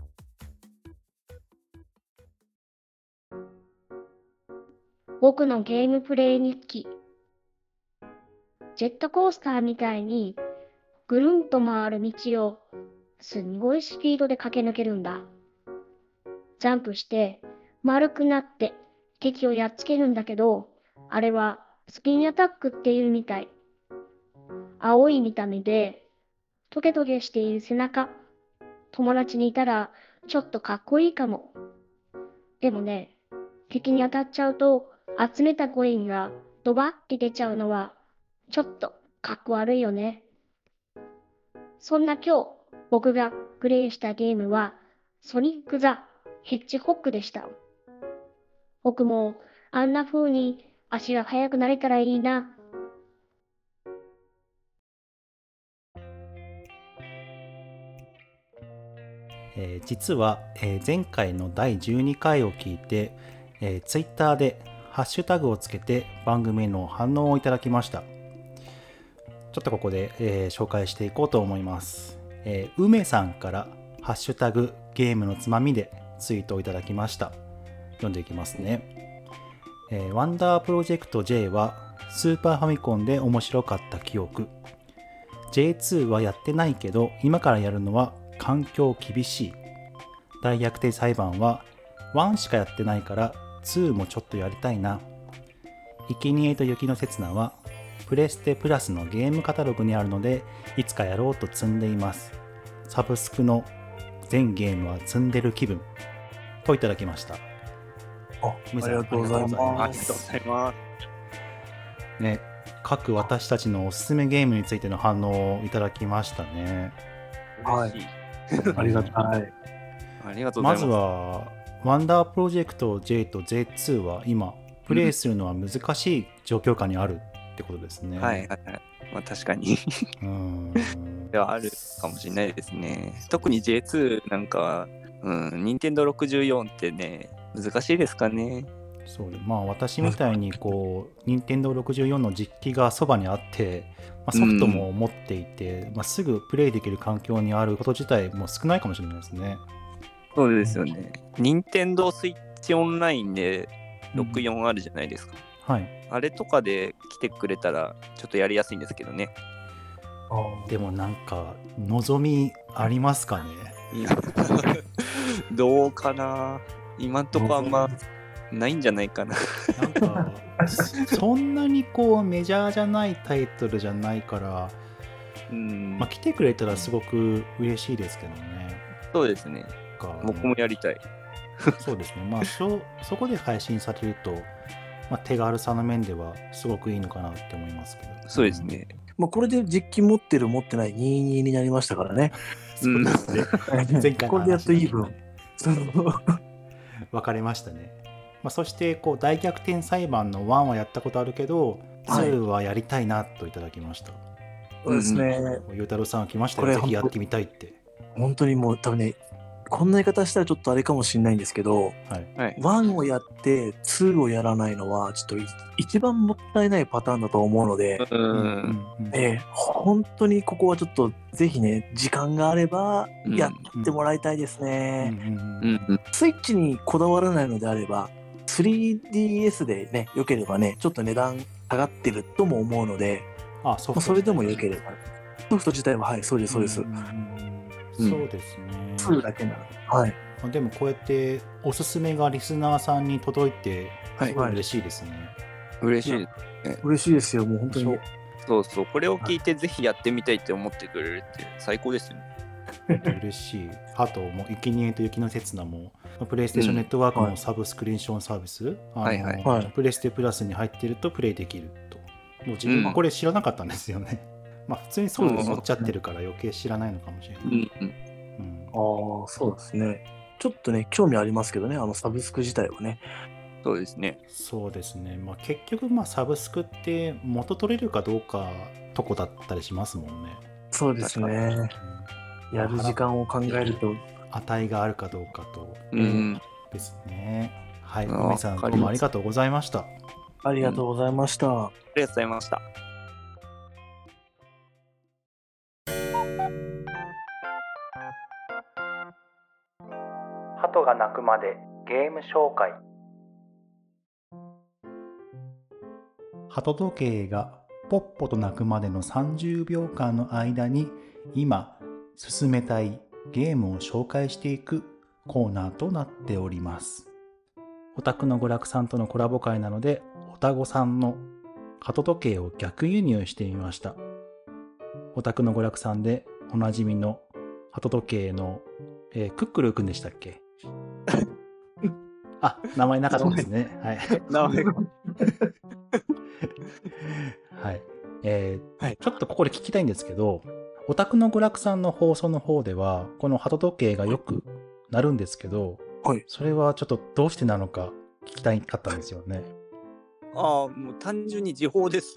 S4: 僕のゲームプレイ日記。ジェットコースターみたいにぐるんと回る道をすんごいスピードで駆け抜けるんだ。ジャンプして丸くなって敵をやっつけるんだけど、あれはスピンアタックっていうみたい。青い見た目でトゲトゲしている背中。友達にいたらちょっとかっこいいかも。でもね、敵に当たっちゃうと集めたコインがドバって出ちゃうのはちょっとかっこ悪いよね。そんな今日僕がプレイしたゲームはソニック・ザ・ヘッジホッグでした。僕もあんな風に足が速くなれたらいいな。
S1: 実は、前回の第12回を聞いて、ツイッターでハッシュタグをつけて番組への反応をいただきました。ちょっとここで、紹介していこうと思います。梅さんからハッシュタグゲームのつまみでツイートをいただきました。読んでいきますね。ワンダープロジェクト J はスーパーファミコンで面白かった記憶。J2 はやってないけど今からやるのは環境厳しい。大逆転裁判は1しかやってないから2もちょっとやりたいな。生贄と雪の刹那はプレステプラスのゲームカタログにあるのでいつかやろうと積んでいます。サブスクの全ゲームは積んでる気分といただきました。
S2: ありがとうござい
S3: ありがとうご
S2: ま
S3: ざいます。
S1: ね、各私たちのおすすめゲームについての反応をいただきましたね。
S2: はい
S3: 嬉しい。
S2: ありがたい。
S3: ありがとうございます。
S1: まずはワンダープロジェクト J と J2 は今プレイするのは難しい状況下にあるってことですね。
S3: はいはいはい。まあ確かにではあるかもしれないですね。特に J2 なんかは、任天堂64ってね、難しいですかね。
S1: そうで、まあ私みたいにこう任天堂64の実機がそばにあって、ソフトも持っていて、すぐプレイできる環境にあること自体も少ないかもしれないですね。
S3: そうですよね。任天堂スイッチオンラインで64あるじゃないですか。
S1: はい。
S3: あれとかで来てくれたらちょっとやりやすいんですけどね。
S1: でもなんか望みありますかね。
S3: いやどうかな。今んとこあんまないんじゃないかな。
S1: なんかそんなにこうメジャーじゃないタイトルじゃないから、来てくれたらすごく嬉しいですけどね。
S3: そうですね。僕もやりたい。
S1: そうですね。そこで配信されると、手軽さの面ではすごくいいのかなって思いますけど。
S3: そうですね。
S2: これで実機持ってる持ってない22になりましたからね。
S1: そうですね。前回の話
S2: これでやっといい分。
S1: 分かれましたね。そしてこう大逆転裁判の1はやったことあるけど、2はやりたいなといただきました。
S2: そうですね。
S1: ゆうたろうさん来ましたよ。ぜひやってみたいって。
S2: 本当にもう多分ね、こんな言い方したらちょっとあれかもしれないんですけど、1をやって2をやらないのはちょっと一番もったいないパターンだと思うので、本当にここはちょっとぜひね、時間があればやってもらいたいですね。スイッチにこだわらないのであれば 3DS でね、良ければね、ちょっと値段下がってるとも思うので、それでも良ければソフト自体はそうですそうです。
S1: そうですね。
S2: 2だけなの。
S1: でもこうやっておすすめがリスナーさんに届いてすごい嬉しいですね。
S3: 嬉しい。
S2: 嬉しいですよ、もう本当に。
S3: そうそう、これを聞いてぜひやってみたいって思ってくれるって最高ですよね。
S1: 嬉しい。あともう生贄と雪の刹那もプレイステーションネットワークのサブスクリプションサービス、プレステプラスに入ってるとプレイできると。もう自分これ知らなかったんですよね。普通にソフト持っちゃってるから余計知らないのかもしれない。
S2: そうですね。ちょっとね、興味ありますけどね、サブスク自体はね。
S3: そうですね。
S1: そうですね。結局サブスクって元取れるかどうかとこだったりしますもんね。
S2: そうですね。やる時間を考えると
S1: 値があるかどうかとですね。はい、梅さんどうもありがとうございました。
S2: ありがとうございました。
S3: ありがとうございました。
S1: 鳩が鳴くまでゲーム紹介。鳩時計がポッポと鳴くまでの30秒間の間に今進めたいゲームを紹介していくコーナーとなっております。お宅の娯楽さんとのコラボ会なので、おたごさんの鳩時計を逆輸入してみました。お宅の娯楽さんでおなじみの鳩時計の、クックルーくんでしたっけ？名前なかったですね。はい。
S3: 名前
S1: はい。ちょっとここで聞きたいんですけど、お宅の娯楽さんの放送の方では、この鳩時計がよく鳴るんですけど、それはちょっとどうしてなのか聞きたかったんですよね。
S3: もう単純に時報です。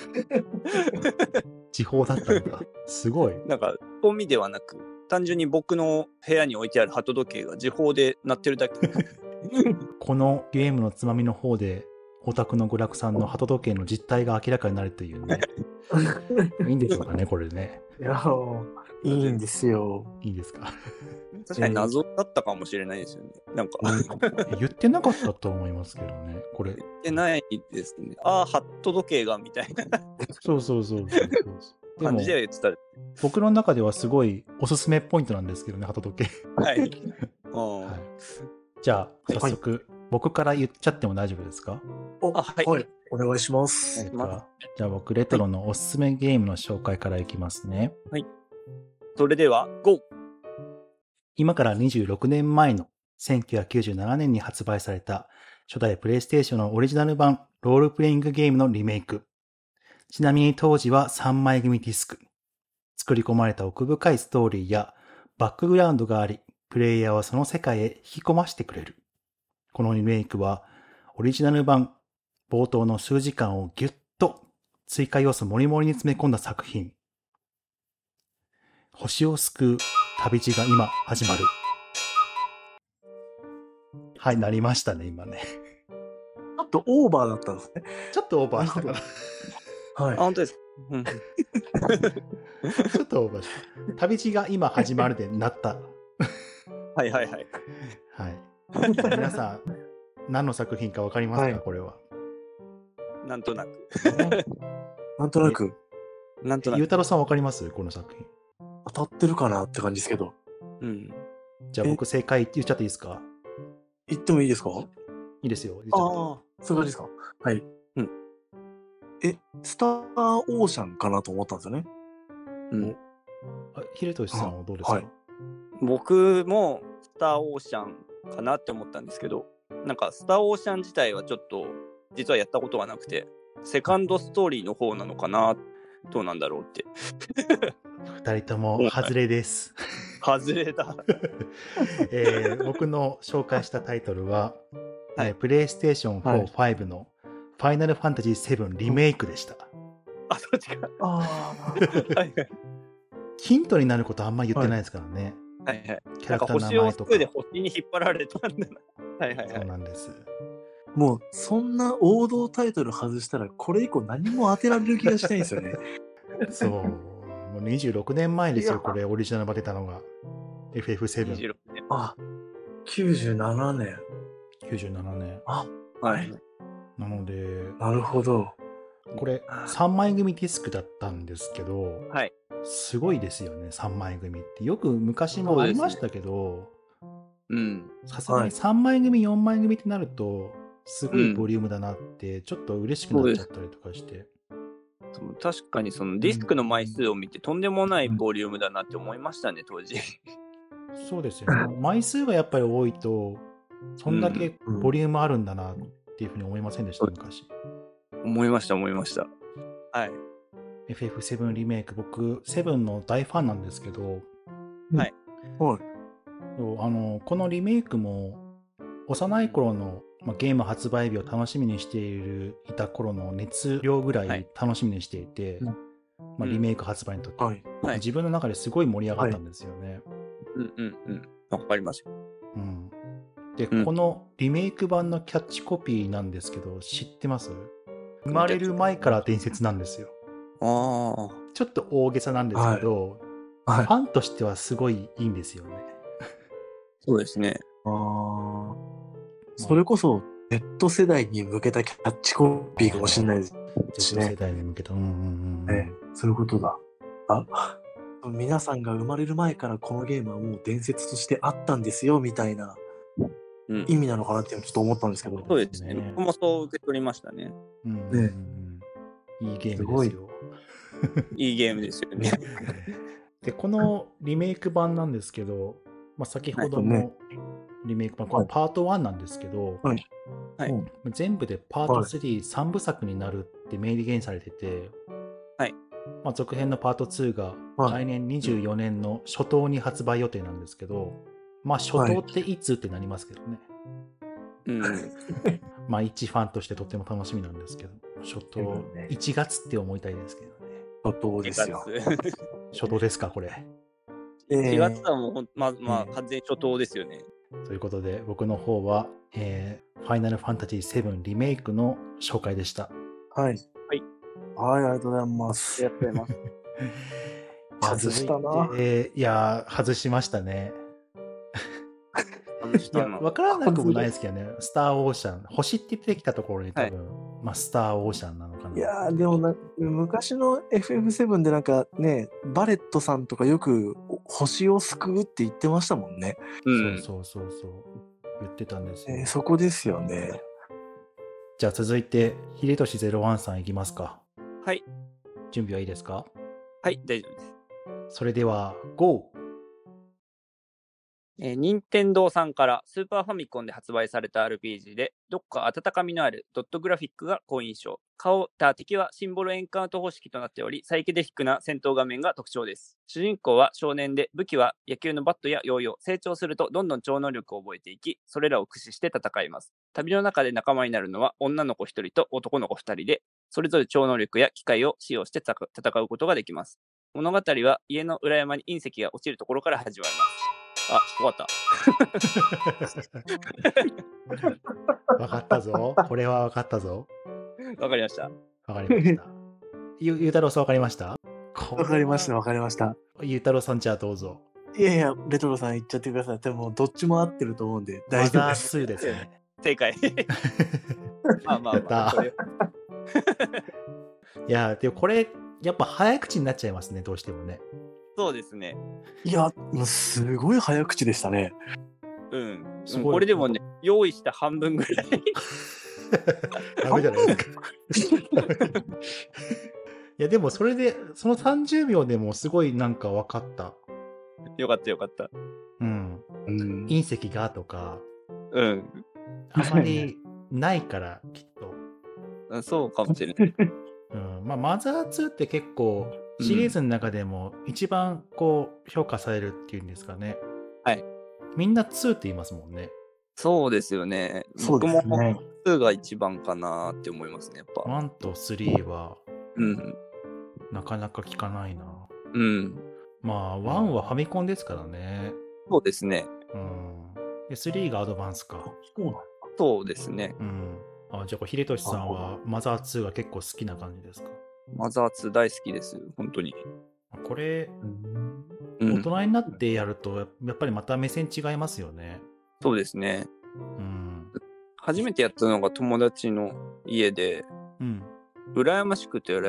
S1: 時報だったんだ。すごい。
S3: なんか、ゴミではなく、単純に僕の部屋に置いてある鳩時計が時報で鳴ってるだけ。
S1: このゲームのつまみの方で、オタクの娯楽さんの鳩時計の実態が明らかになるというね。いいんでしょうかね、これね。
S2: いや、いいんですよ。
S1: いいですか。
S3: 確かに謎だったかもしれないですよね。なんか。
S1: 言ってなかったと思いますけどね、これ。
S3: 言ってないですね。鳩時計がみたいな
S1: そう。
S3: 感じで言ってた。
S1: 僕の中ではすごいおすすめポイントなんですけどね、鳩時計。
S3: はい。
S1: じゃあ、早速、僕から言っちゃっても大丈夫ですか？
S2: はい。お願いします。
S1: じゃあ僕、レトロのおすすめゲームの紹介からいきますね。
S3: はい。それでは、GO！
S1: 今から26年前の1997年に発売された初代プレイステーションのオリジナル版ロールプレイングゲームのリメイク。ちなみに当時は3枚組ディスク。作り込まれた奥深いストーリーやバックグラウンドがあり、プレイヤーはその世界へ引き込ませてくれる。このリメイクはオリジナル版冒頭の数時間をギュッと追加要素もりもりに詰め込んだ作品。星を救う旅路が今始まる。はい、なりましたね、今ね。
S2: ちょっとオーバーだったんですね。
S1: ちょっとオーバーしたかな。
S2: はい。
S3: 本当ですか。
S1: ちょっとオーバーした。旅路が今始まるでなった。
S3: はい。はい。
S1: 皆さん、何の作品かわかりますか、これは。
S3: なんとなく。
S2: なんとなく。
S1: ゆうたろうさんわかりますこの作品。
S2: 当たってるかなって感じですけど。
S1: じゃあ僕正解言っちゃっていいですか？
S2: 言ってもいいですか？
S1: いいですよ。
S2: そういう感じですか？はい。スターオーシャンかなと思ったんですよね。
S1: ひれとしさんはどうですか？
S3: 僕もスターオーシャンかなって思ったんですけど、なんかスターオーシャン自体はちょっと実はやったことがなくて、セカンドストーリーの方なのかな、どうなんだろうって。
S1: 二人とも外れです。
S3: 外れだ。
S1: 僕の紹介したタイトルは、プレイステーション4、5のファイナルファンタジー7リメイクでした。
S3: そっちか。
S1: ヒントになることあんまり言ってないですからね。
S3: キャラクターの名前とか。星を救うで星に引っ張られたんだな。
S1: そうなんです。
S2: もう、そんな王道タイトル外したら、これ以降何も当てられる気がしないんですよね。
S1: そう。もう26年前ですよ、これ、オリジナルが出たのが。FF7。
S3: 26年。
S2: 97年。
S1: 97年。なので、
S2: なるほど。
S1: これ、3枚組ディスクだったんですけど、すごいですよね、3枚組って。よく昔もありましたけど、さすがに3枚組、4枚組ってなると、すごいボリュームだなって、ちょっと嬉しくなっちゃったりとかして。
S3: 確かにそのディスクの枚数を見てとんでもないボリュームだなって思いましたね、当時。
S1: そうですよね。枚数がやっぱり多いと、そんだけボリュームあるんだなっていうふうに思いませんでした、昔。
S3: 思いました。
S1: FF7 リメイク、僕、7の大ファンなんですけど、このリメイクも、幼い頃の、ゲーム発売日を楽しみにしていた頃の熱量ぐらい楽しみにしていて、リメイク発売の時、自分の中ですごい盛り上がったんですよね。
S3: わかりますよ。
S1: で、このリメイク版のキャッチコピーなんですけど、知ってます？生まれる前から伝説なんですよ。ちょっと大げさなんですけど、ファンとしてはすごいいいんですよね。
S3: そうですね。
S2: それこそ Z 世代に向けたキャッチコピーかもしれないです
S1: ね。Z 世代に向けた。
S2: そういうことだ。皆さんが生まれる前からこのゲームはもう伝説としてあったんですよみたいな意味なのかなっていうのをちょっと思ったんですけど。
S3: そうですね。僕もそう受け取りましたね。
S1: いいゲームですよ。
S3: いいゲームですよね。
S1: で、このリメイク版なんですけど、先ほどのリメイク版、これパート1なんですけど、全部でパート3、3部作になるって明言されてて、続編のパート2が来年24年の初頭に発売予定なんですけど、初頭っていつってなりますけどね。 まあ一ファンとしてとっても楽しみなんですけど、初頭、
S2: ね
S1: 1月って思いたいですけどね。
S2: 初頭ですよ。
S1: 初頭ですか、これ。
S3: 4月はもうまあ完全に初頭ですよね。
S1: ということで、僕の方は、ファイナルファンタジー7リメイクの紹介でした。
S2: はい。
S3: はい。
S2: はい、ありがとうございま
S3: あ
S2: す。
S3: りがとうございます。
S2: 外したな。
S1: いや、外しましたね。いや、
S3: 外したな。
S1: わからなくもないですけどね。スターオーシャン。星って出てきたところに多分、まあ、スターオーシャンなのかな。
S2: いやー、でも昔の FF7 でなんかね、バレットさんとかよく星を救うって言ってましたもんね。
S1: そう。言ってたんですよ。
S2: そこですよね。
S1: じゃあ続いて、秀俊01さんいきますか。
S3: はい。
S1: 準備はいいですか？
S3: はい、大丈夫です。
S1: それでは、GO！
S3: 任天堂さんからスーパーファミコンで発売された RPG で、どこか温かみのあるドットグラフィックが好印象。倒った敵はシンボルエンカウント方式となっており、サイケデリックな戦闘画面が特徴です。主人公は少年で、武器は野球のバットやヨーヨー。成長するとどんどん超能力を覚えていき、それらを駆使して戦います。旅の中で仲間になるのは女の子1人と男の子2人で、それぞれ超能力や機械を使用して戦うことができます。物語は家の裏山に隕石が落ちるところから始まります。あ、終わった。
S1: わかったぞ。これはわかったぞ。
S3: わかりました。
S1: わかりました。ゆうたろうさんわかりました？
S2: わかりました。
S1: ゆうたろうさんじゃあどうぞ。
S2: いや、レトロさん言っちゃってください。でもどっちも合ってると思うんで大丈夫です。
S1: マザー2ですね。
S3: 正解。まあ。
S1: いや、でもこれ、やっぱ早口になっちゃいますね、どうしてもね。
S3: そうですね。
S2: いや、もうすごい早口でしたね。
S3: これでもね、用意した半分ぐらい。
S1: ダメじゃないですか。いや、でもそれで、その30秒でもすごいなんか分かった。
S3: よかった。
S1: 隕石がとか、あまりないから、きっ
S3: と。そうかもしれない。
S1: まあ、マザー2って結構、シリーズの中でも一番こう評価されるっていうんですかね。
S3: はい。
S1: みんな2って言いますもんね。
S3: そうですよね。僕も2が一番かなって思いますね、やっぱ。
S1: 1と3は、なかなか聞かないな。まあ、1はファミコンですからね。
S3: そうですね。
S1: で、3がアドバンスか。
S3: そうですね。
S1: じゃあ、秀俊さんはマザー2が結構好きな感じですか？
S3: マザー2大好きです、本当に。
S1: これ、大人になってやると、やっぱりまた目線違いますよね。
S3: そうですね。初めてやったのが友達の家で、羨ましくて。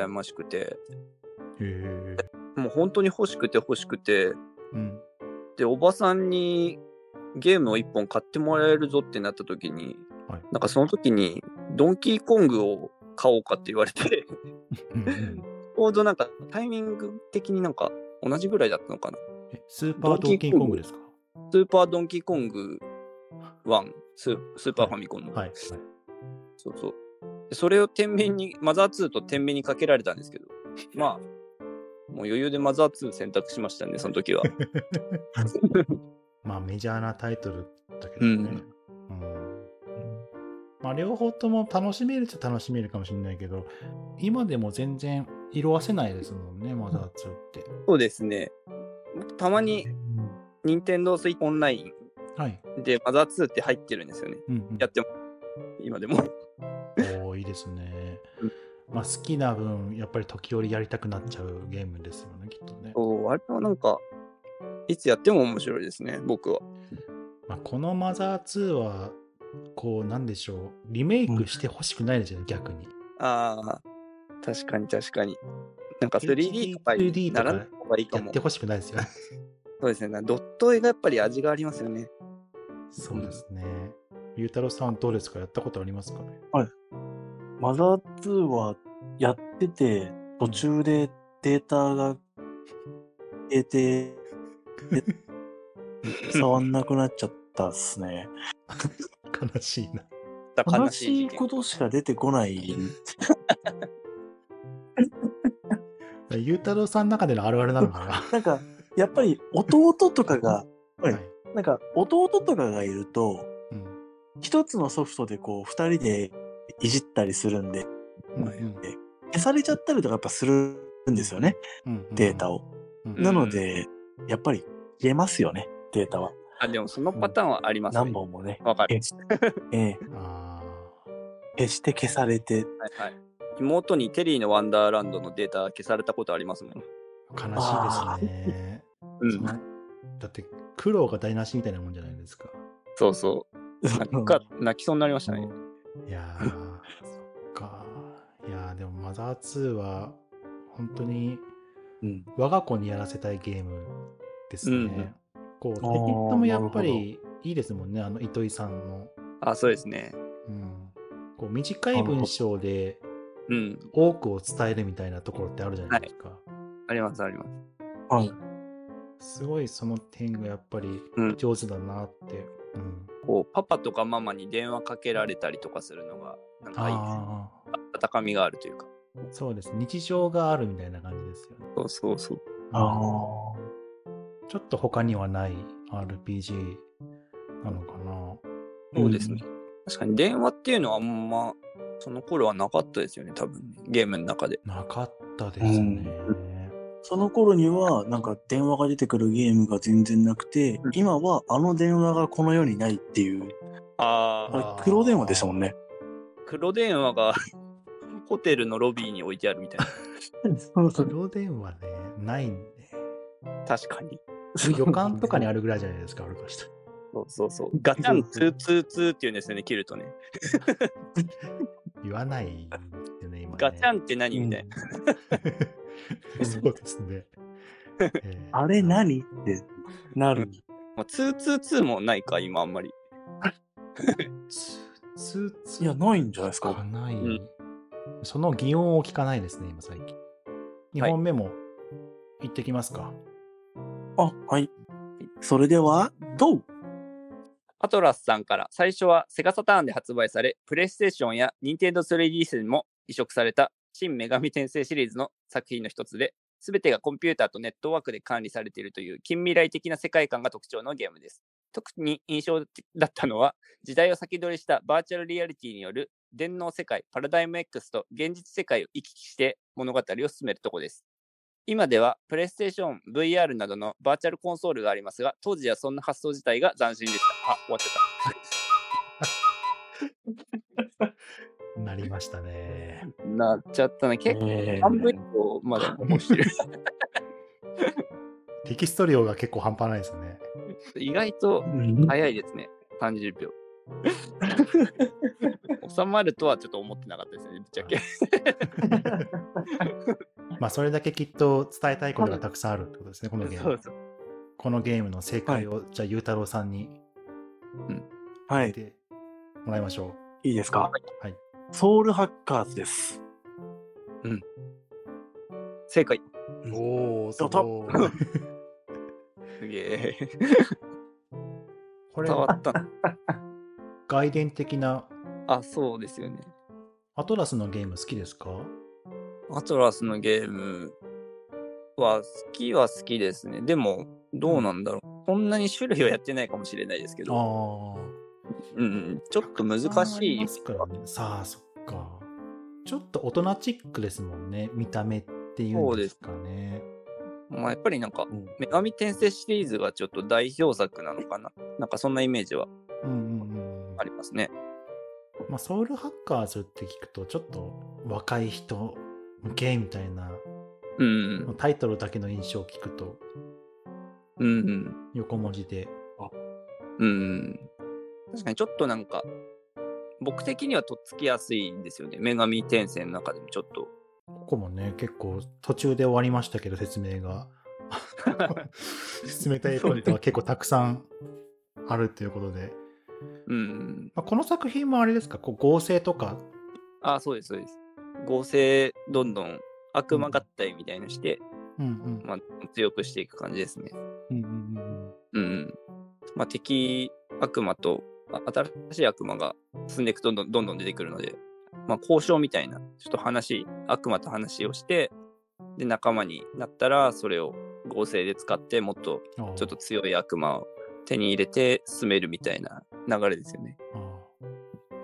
S3: もう本当に欲しくて。で、おばさんにゲームを1本買ってもらえるぞってなった時に、なんかその時にドンキーコングを買おうかって言われてちょうどなんかタイミング的になんか同じぐらいだったのかな。
S1: スーパードンキーコングですか？
S3: スーパードンキーコング1、スーパーファミコンの。そう。それをマザー2と天秤にかけられたんですけど、まあ、もう余裕でマザー2選択しましたね、その時は。
S1: まあメジャーなタイトルだけどね。まあ両方とも楽しめるっちゃ楽しめるかもしれないけど、今でも全然色褪せないですもんね、マザー2って。
S3: そうですね。たまに任天堂スイッチオンラインでマザー2って入ってるんですよね。やっても今でも。
S1: いいですね。まあ好きな分やっぱり時折やりたくなっちゃうゲームですよね、きっとね。
S3: あれはなんかいつやっても面白いですね、僕は。
S1: まあ、このマザー2はこうなんでしょう、リメイクしてほしくないですよね、逆に。
S3: 確かに。なんか 3D とかにならない方がいいかも。
S1: やってほしくないですよね。
S3: そうですね。ドット絵がやっぱり味がありますよね。
S1: そうですね。ゆうたろうさんどうですか？やったことありますかね？
S2: はい。マザー2はやってて、途中でデータが消えて、触んなくなっちゃったっすね。
S1: 悲しいな。
S2: 悲しいことしか出てこない。
S1: ゆうたろうさんの中でのあるあるなのかな。
S2: なんか、やっぱり弟とかが、なんか弟とかがいると、 一つのソフトでこう二人でいじったりするんで、消されちゃったりとかやっぱするんですよね、データを。なので、やっぱり消えますよね、データは。
S3: でもそのパターンはありますね。
S2: 何本もね。
S3: わかる。
S2: 消して消されて。
S3: はい。妹にテリーのワンダーランドのデータ消されたことありますもん。
S1: 悲しいですね。だって苦労が台無しみたいなもんじゃないですか。
S3: そうそう。泣きそうになりましたね。
S1: いやー、そっか。いやー、でもマザー2は本当に我が子にやらせたいゲームですね。こうテキストもやっぱりいいですもんね、糸井さんの。
S3: そうですね。
S1: こう短い文章で多くを伝えるみたいなところってあるじゃないですか。
S3: ありますあります。
S2: はい。
S1: すごいその点がやっぱり上手だなって。
S3: こうパパとかママに電話かけられたりとかするのがなんかいいですね。温かみがあるというか。
S1: そうです。日常があるみたいな感じですよね。
S3: そうそう。
S1: ちょっと他にはない RPG なのかな。
S3: そうですね。確かに電話っていうのはあんまその頃はなかったですよね、多分ゲームの中で。
S1: なかったですね。
S2: その頃にはなんか電話が出てくるゲームが全然なくて、今はあの電話がこの世にないっていう。黒電話でしたもんね。
S3: 黒電話がホテルのロビーに置いてあるみたい
S1: な。黒電話ね、ないんで。
S3: 確かに。
S1: 旅館とかにあるぐらいじゃないですか、あるとしたら。
S3: そう。ガチャン222っていうんですよね、切るとね。
S1: 言わないよね、今ね。
S3: ガチャンって何みたいな。
S1: そうですね。
S2: あれ何ってなる。
S3: 222もないか、今あんまり。
S2: いや、ないんじゃないですか。
S1: ない。その擬音を聞かないですね、今最近。2本目も行ってきますか。
S2: はい。それでは、どう？
S3: アトラスさんから最初はセガサターンで発売され、プレイステーションやニンテンドー 3DS にも移植された新女神転生シリーズの作品の一つで、すべてがコンピューターとネットワークで管理されているという近未来的な世界観が特徴のゲームです。特に印象だったのは、時代を先取りしたバーチャルリアリティによる電脳世界パラダイム X と現実世界を行き来して物語を進めるところです。今ではプレイステーション VR などのバーチャルコンソールがありますが、当時はそんな発想自体が斬新でした。終わっち
S1: ゃった。なりましたね。
S3: なっちゃったね。結構半分以上まで面白い。
S1: テキスト量が結構半端ないですね。
S3: 意外と早いですね。30秒。収まるとはちょっと思ってなかったですね、ぶっちゃけ。
S1: まあそれだけきっと伝えたいことがたくさんあるってことですね、このゲーム。このゲームの正解を、じゃあゆうたろうさんに
S2: 言
S1: ってもらいましょ
S2: う。いいですか？
S1: はい。
S2: ソウルハッカーズです。
S3: 正解。
S1: おー、すごい。
S3: すげえ。
S1: これ
S3: 伝わった。
S1: 外伝的な。
S3: そうですよね。
S1: アトラスのゲーム好きですか？
S3: アトラスのゲームは好きは好きですね。でも、どうなんだろう。そんなに種類はやってないかもしれないですけど。ちょっと難しい。
S1: さあ、そっか。ちょっと大人チックですもんね。見た目っていうんですかね。
S3: やっぱりなんか、女神転生シリーズがちょっと代表作なのかな。なんかそんなイメージはありますね。
S1: ソウルハッカーズって聞くと、ちょっと若い人向けみたいな、タイトルだけの印象を聞くと、横文字で。
S3: 確かにちょっとなんか、僕的にはとっつきやすいんですよね。女神転生の中でもちょっと。
S1: ここもね、結構途中で終わりましたけど、説明が。進めたいポイントは結構たくさんあるということで。この作品もあれですか、合成とか。
S3: そうです、そうです。合成どんどん悪魔合体みたいにして、強くしていく感じですね。敵悪魔と新しい悪魔が進んでいくとどんどん出てくるので、交渉みたいな、ちょっと悪魔と話をして、で、仲間になったら、それを合成で使って、もっとちょっと強い悪魔を手に入れて進めるみたいな流れですよね。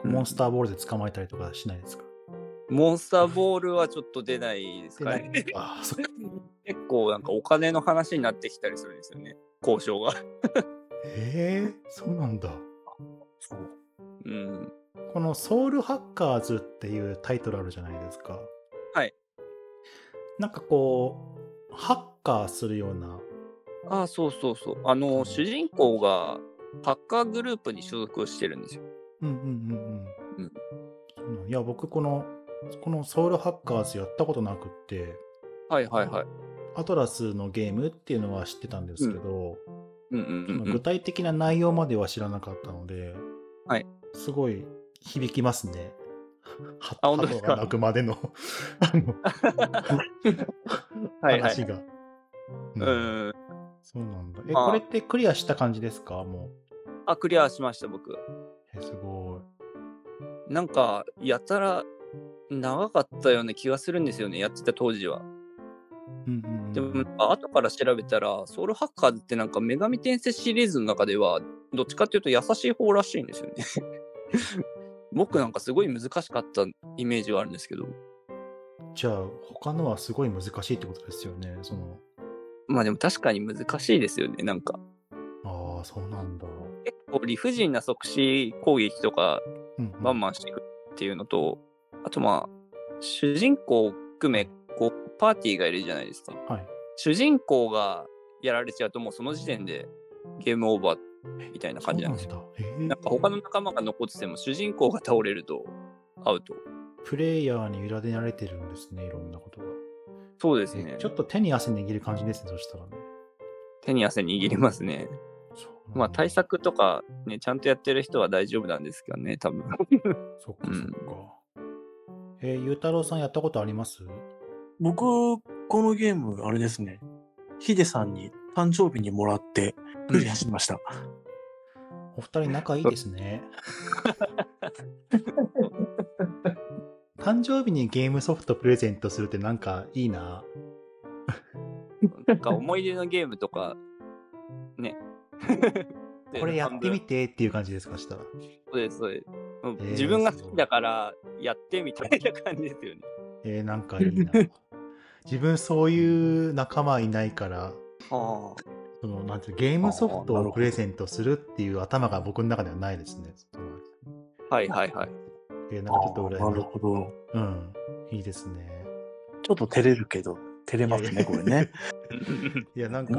S1: モンスターボールで捕まえたりとかしないですか？
S3: モンスターボールはちょっと出ないですかね。
S1: ああ、そっか。
S3: 結構なんかお金の話になってきたりするんですよね、交渉が。
S1: そうなんだ。
S2: そう。
S3: うん。
S1: このソウルハッカーズっていうタイトルあるじゃないですか。
S3: はい。
S1: なんかこう、ハッカーするような。
S3: あ、そう。主人公がハッカーグループに所属をしてるんですよ。
S1: そうなんいや、僕このソウルハッカーズやったことなくって、
S3: はい。
S1: アトラスのゲームっていうのは知ってたんですけど、その具
S3: 具
S1: 体的な内容までは知らなかったので、
S3: はい。
S1: すごい響きますね。
S3: 本当ですか
S1: 鳩が鳴くまでの
S3: はい。
S1: 話が。そうなんだ。これってクリアした感じですか？もう。
S3: クリアしました、僕。
S1: すごい。
S3: なんか、やたら長かったような気がするんですよね、やってた当時は。でも、後から調べたら、ソウルハッカーズってなんか女神転生シリーズの中では、どっちかっていうと優しい方らしいんですよね。僕なんかすごい難しかったイメージがあるんですけど。
S1: じゃあ、他のはすごい難しいってことですよね、
S3: まあでも確かに難しいですよね、なんか。
S1: ああ、そうなんだ。
S3: 結構理不尽な即死攻撃とか、バンバンしていくっていうのと、あとまあ、主人公を含め、こう、パーティーがいるじゃないですか。
S1: はい。
S3: 主人公がやられちゃうともうその時点でゲームオーバーみたいな感じなんですよ。なんか他の仲間が残ってても主人公が倒れるとアウト。
S1: プレイヤーに委ねられてるんですね、いろんなことが。
S3: そうですね。
S1: ちょっと手に汗握る感じですね、そしたらね。
S3: 手に汗握りますね。まあ対策とかね、ちゃんとやってる人は大丈夫なんですけどね、多分。
S1: そっか。ゆうたろうさんやったことあります？
S2: 僕、このゲーム、あれですね。ヒデさんに誕生日にもらってクリアしました。
S1: お二人仲いいですね。誕生日にゲームソフトプレゼントするってなんかいいな。
S3: なんか思い出のゲームとか、ね。
S1: これやってみてっていう感じですか、したら。
S3: そうです。自分が好きだからやってみたいな感じですよね。
S1: なんかいいな。自分そういう仲間いないから、なんていうゲームソフトをプレゼントするっていう頭が僕の中ではないですね。
S3: はい。
S1: なんかちょっと
S2: なるほど。
S1: いいですね。
S2: ちょっと照れるけど、照れますね、これね。
S1: いや、なんか、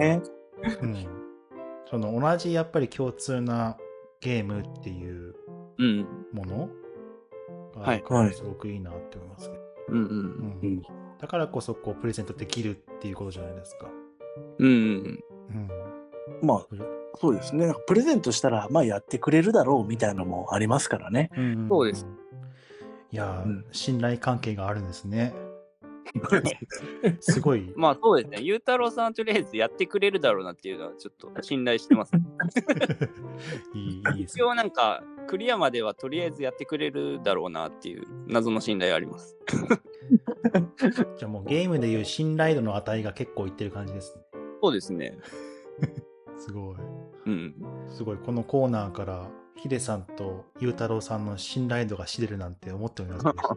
S1: 同じやっぱり共通なゲームっていうものがすごくいいなって思いますけど。だからこそこうプレゼントできるっていうことじゃないですか。
S2: まあ、そうですね。プレゼントしたら、まあやってくれるだろうみたいなのもありますからね。
S3: そうです。
S1: いや、信頼関係があるんですね。すごい。
S3: まあそうですね。ゆうたろうさんはとりあえずやってくれるだろうなっていうのはちょっと信頼してます。
S1: いいです
S3: ね。一応なんかクリアまではとりあえずやってくれるだろうなっていう謎の信頼あります。
S1: じゃあもうゲームでいう信頼度の値が結構いってる感じですね。
S3: そうですね。
S1: すごい。すごい。このコーナーからヒデさんとゆうたろうさんの信頼度が知れるなんて思っておりませんでした。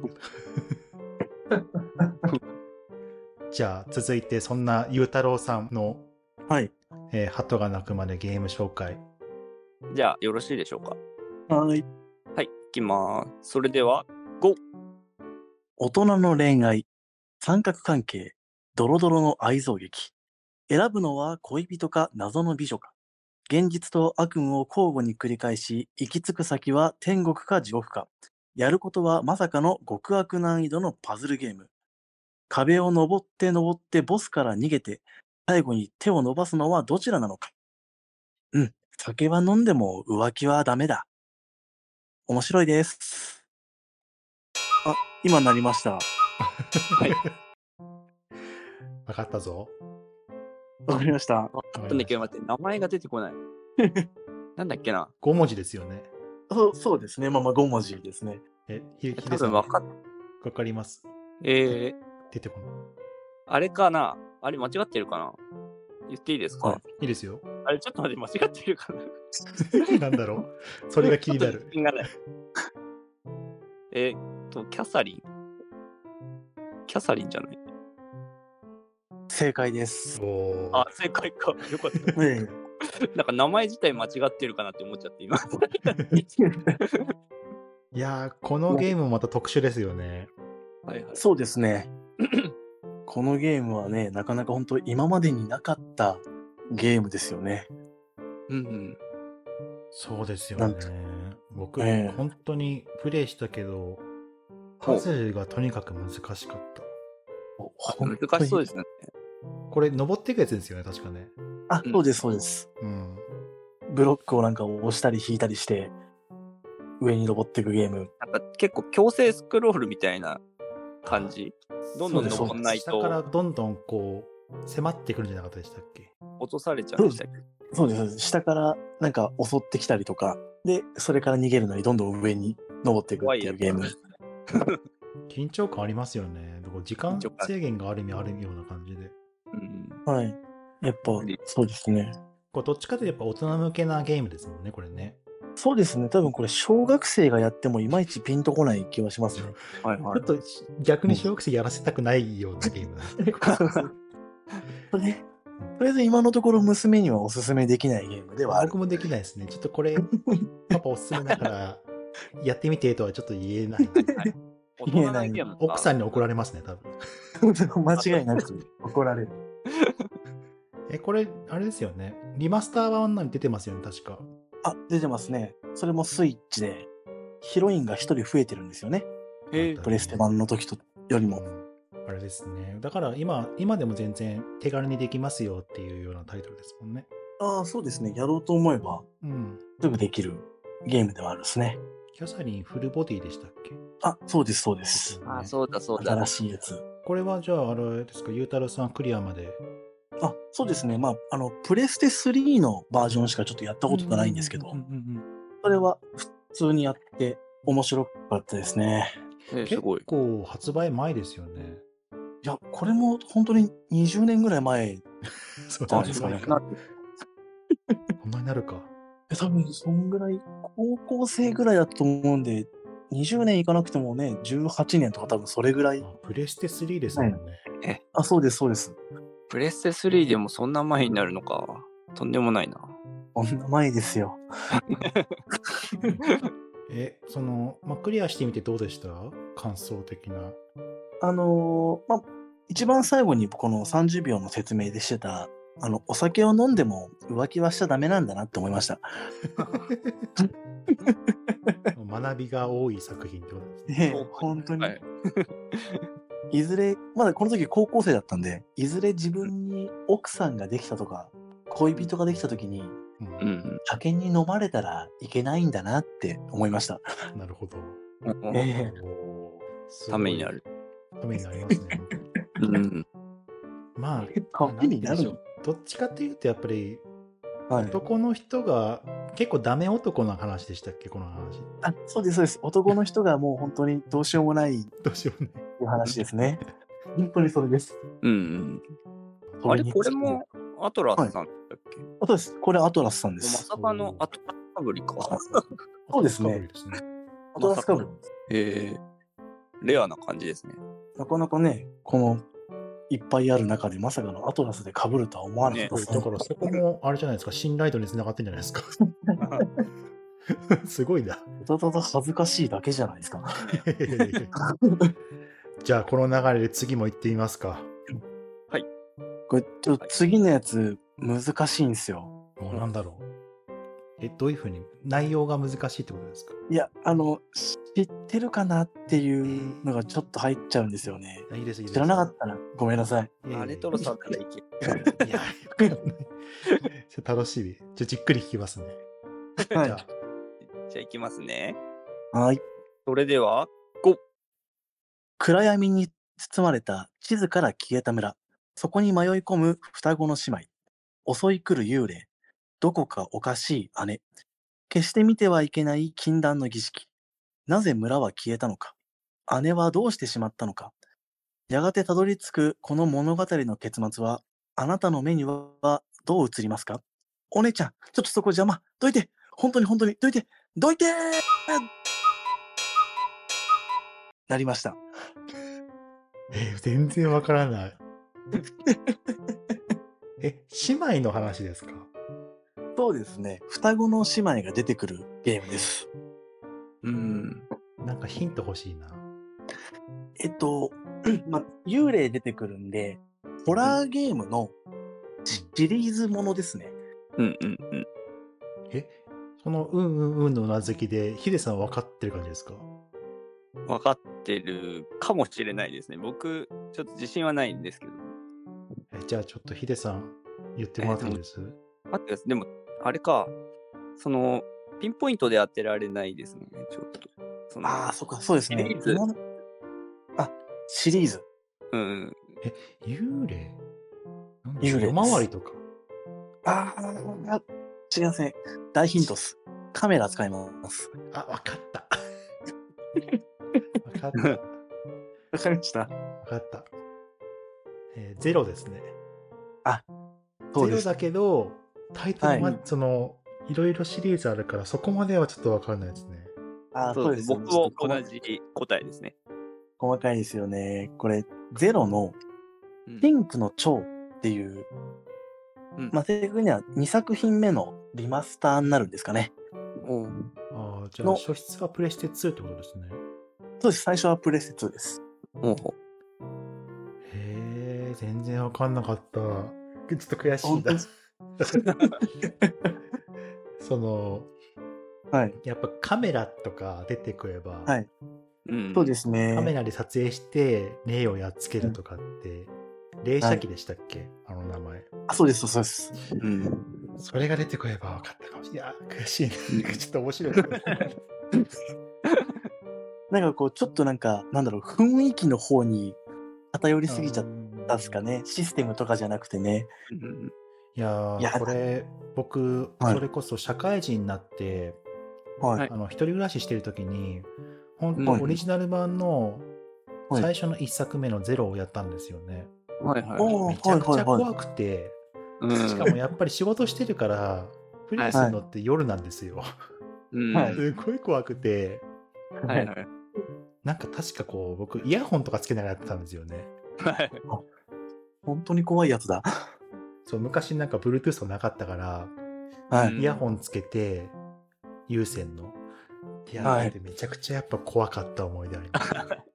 S1: じゃあ続いてそんなゆうたろうさんの鳩が鳴くまでゲーム紹介。
S3: じゃあよろしいでしょうか。
S2: はい。
S3: はい、いきます。それでは5。
S2: 大人の恋愛、三角関係、ドロドロの愛憎劇。選ぶのは恋人か謎の美女か。現実と悪夢を交互に繰り返し、行き着く先は天国か地獄か。やることはまさかの極悪難易度のパズルゲーム。壁を登ってボスから逃げて、最後に手を伸ばすのはどちらなのか。酒は飲んでも浮気はダメだ。面白いです。今なりました。はい。
S1: わかったぞ。
S2: わかりました。
S3: 待って、名前が出てこない。なんだっけな。
S1: 5文字ですよね。
S2: そうですね。まあ5文字ですね。
S1: ヒデさんわかります。出てこない。
S3: あれかな。あれ間違ってるかな。言っていいですか？
S1: いいですよ。
S3: あれちょっと待って、間違ってるかな。
S1: なんだろう。それが気になる。
S3: キャサリンじゃない？
S2: 正解です。
S3: あ、正解か。よかった。なんか名前自体間違ってるかなって思っちゃって今。
S1: いやー、このゲームもまた特殊ですよね。
S3: はいはい。
S2: そうですね。このゲームはね、なかなか本当今までになかったゲームですよね。
S3: うんうん。
S1: そうですよね。僕、本当にプレイしたけど、パズルがとにかく難しかった。
S3: 難しそうですね。
S1: これ、登っていくやつですよね、確かね。
S2: あ、そうです、そうです。ブロックをなんか押したり引いたりして、上に登っていくゲーム。
S3: なんか結構強制スクロールみたいな感じ。どんどん登んないと。
S1: 下からどんどんこう、迫ってくるんじゃなかったでしたっけ？
S3: 落とされちゃうんでしたっけ？
S2: そうです。下からなんか襲ってきたりとか、で、それから逃げるのにどんどん上に登っていくっていうゲーム。
S1: 緊張感ありますよね。時間制限があるような感じで。
S2: はい。やっぱ、そうですね。
S1: どっちかというとやっぱ大人向けなゲームですもんね、これね。
S2: そうですね。多分これ小学生がやってもいまいちピンとこない気はしますね。
S1: はいはい。ちょっと逆に小学生やらせたくないようなゲームなんで。
S2: とりあえず今のところ娘にはおすすめできないゲームではある。
S1: 僕もできないですね。ちょっとこれ、パパおすすめだからやってみてとはちょっと言えない。
S2: 言えない。
S1: 奥さんに怒られますね、多分。
S2: 間違いなく怒られる。
S1: これ、あれですよね。リマスター版に出てますよね、確か。
S2: あ、出てますね。それもスイッチで、ヒロインが一人増えてるんですよね。プレステ版の時よりも。
S1: あれですね。だから今でも全然手軽にできますよっていうようなタイトルですもんね。
S2: ああ、そうですね。やろうと思えば、すぐできるゲームではあるですね。
S1: キャサリンフルボディでしたっけ？
S2: あ、そうです、そうです。
S3: あ、そうだ、そうだ。
S2: 新しいやつ。
S1: これはじゃあ、あれですか、ゆうたろうさんクリアまで。
S2: あ、そうですね。まあ、プレステ3のバージョンしかちょっとやったことがないんですけど、それは普通にやって面白かったですね。
S1: 結構発売前ですよね。
S2: いや、これも本当に20年ぐらい前じゃないですかね。
S1: こんなになるか。
S2: 多分、そんぐらい、高校生ぐらいだと思うんで、20年いかなくてもね、18年とか多分それぐらい。
S1: プレステ3ですもんね。
S2: あ、そうです、そうです。
S3: プレステ3でもそんな前になるのか。とんでもないな。
S2: こんな前ですよ。
S1: クリアしてみてどうでした？感想的な。
S2: 一番最後にこの30秒の説明でしてた、お酒を飲んでも浮気はしちゃダメなんだなって思いました。
S1: 学びが多い作品ってことです
S2: ね。本当に。いずれ、まだこの時高校生だったんで、いずれ自分に奥さんができたとか、恋人ができた時に、酒に飲まれたらいけないんだなって思いました。
S1: なるほど。
S3: ためになる。
S1: ためになりますね。まあ、
S2: ためになる。
S1: どっちかというとやっぱり、男の人が結構ダメ男の話でしたっけ、この話。
S2: あ、そうです、そうです。男の人がもう本当にどうしようもない話ですね。本当にそれです。
S3: あれ、これもアトラスさんだっけ？
S2: そうです。これアトラスさんです。
S3: まさかのアトラスかぶりか。
S2: そうですね。アトラスかぶり。
S3: レアな感じですね。
S2: なかなかね、このいっぱいある中でまさかのアトラスで被るとは思わなかったですね。
S1: だからそこもあれじゃないですか、信頼度につながってんじゃないですか。すごいな。
S2: ただ恥ずかしいだけじゃないですか。
S1: じゃあこの流れで次も行ってみますか。
S2: はい。これちょっと次のやつ難しいんですよ。
S1: なんだろう。どういうふうに内容が難しいってことですか？
S2: いや、知ってるかなっていうのがちょっと入っちゃうんですよね。
S1: いいです、いいです。
S2: 知らなかったらごめんなさい。
S3: レトロさんからいけ。いや、
S1: 楽しみ。じっくり聞きますね。
S2: はい。
S3: じゃあ行きますね。
S2: はい。
S3: それでは、5。
S2: 暗闇に包まれた地図から消えた村。そこに迷い込む双子の姉妹。襲い来る幽霊。どこかおかしい姉。決して見てはいけない禁断の儀式。なぜ村は消えたのか。姉はどうしてしまったのか。やがてたどり着くこの物語の結末は、あなたの目にはどう映りますか？お姉ちゃん、ちょっとそこ邪魔。どいて。本当に、どいて。どいてー。 なりました。
S1: 全然わからない。姉妹の話ですか？
S2: そうですね。双子の姉妹が出てくるゲームです。
S1: なんかヒント欲しいな。
S2: まあ、幽霊出てくるんで、ホラーゲームのシリーズものですね。
S1: そののうなずきで、ヒデさん分かってる感じですか？
S3: 分かってるかもしれないですね。僕、ちょっと自信はないんですけど。
S1: じゃあちょっとヒデさん言ってもらっていいです？
S3: 待ってください。でも、あれか、ピンポイントで当てられないですね、ちょっと。
S2: そっか、そうですね。
S3: シリーズ。
S2: シリーズ。
S1: 幽霊？
S2: 幽霊です。
S1: 夜回りとか。
S2: 違いますね。大ヒントっす。カメラ使います。
S1: わかった。わかった。
S2: わかりました。
S1: わかった。ゼロですね。
S2: そうです。
S1: ゼロだけど、タイトルは、いろいろシリーズあるから、そこまではちょっとわからないですね。
S3: そうです。僕も同じ答えですね。
S2: 細かいですよね。これ、ゼロのピンクの蝶っていう、正確には2作品目のリマスターになるんですかね。
S1: じゃあ、初出はプレステ2ってことですね。
S2: そうです。最初はプレステ2です。
S1: 全然わかんなかった。ちょっと悔しいな。やっぱカメラとか出てくれば、
S2: そうですね。
S1: カメラで撮影して霊をやっつけるとかって、霊写機でしたっけ？あの名前。
S2: そうです、そうです。
S1: それが出てくれば分かったかもしれない。悔しいな。ちょっと面白い。
S2: なんかこう、ちょっと雰囲気の方に偏りすぎちゃったっすかね。システムとかじゃなくてね。
S1: いやこれ、僕、それこそ社会人になって、一人暮らししてる時に、本当オリジナル版の最初の1作目のゼロをやったんですよね。めちゃくちゃ怖くて、しかもやっぱり仕事してるから、プレイするのって夜なんですよ。すごい怖くて、なんか確か僕、イヤホンとかつけながらやってたんですよね。
S2: 本当に怖いやつだ。
S1: そう、昔なんか Bluetooth なかったから、イヤホンつけて、有線の。やってめちゃくちゃやっぱ怖かった思い出あります。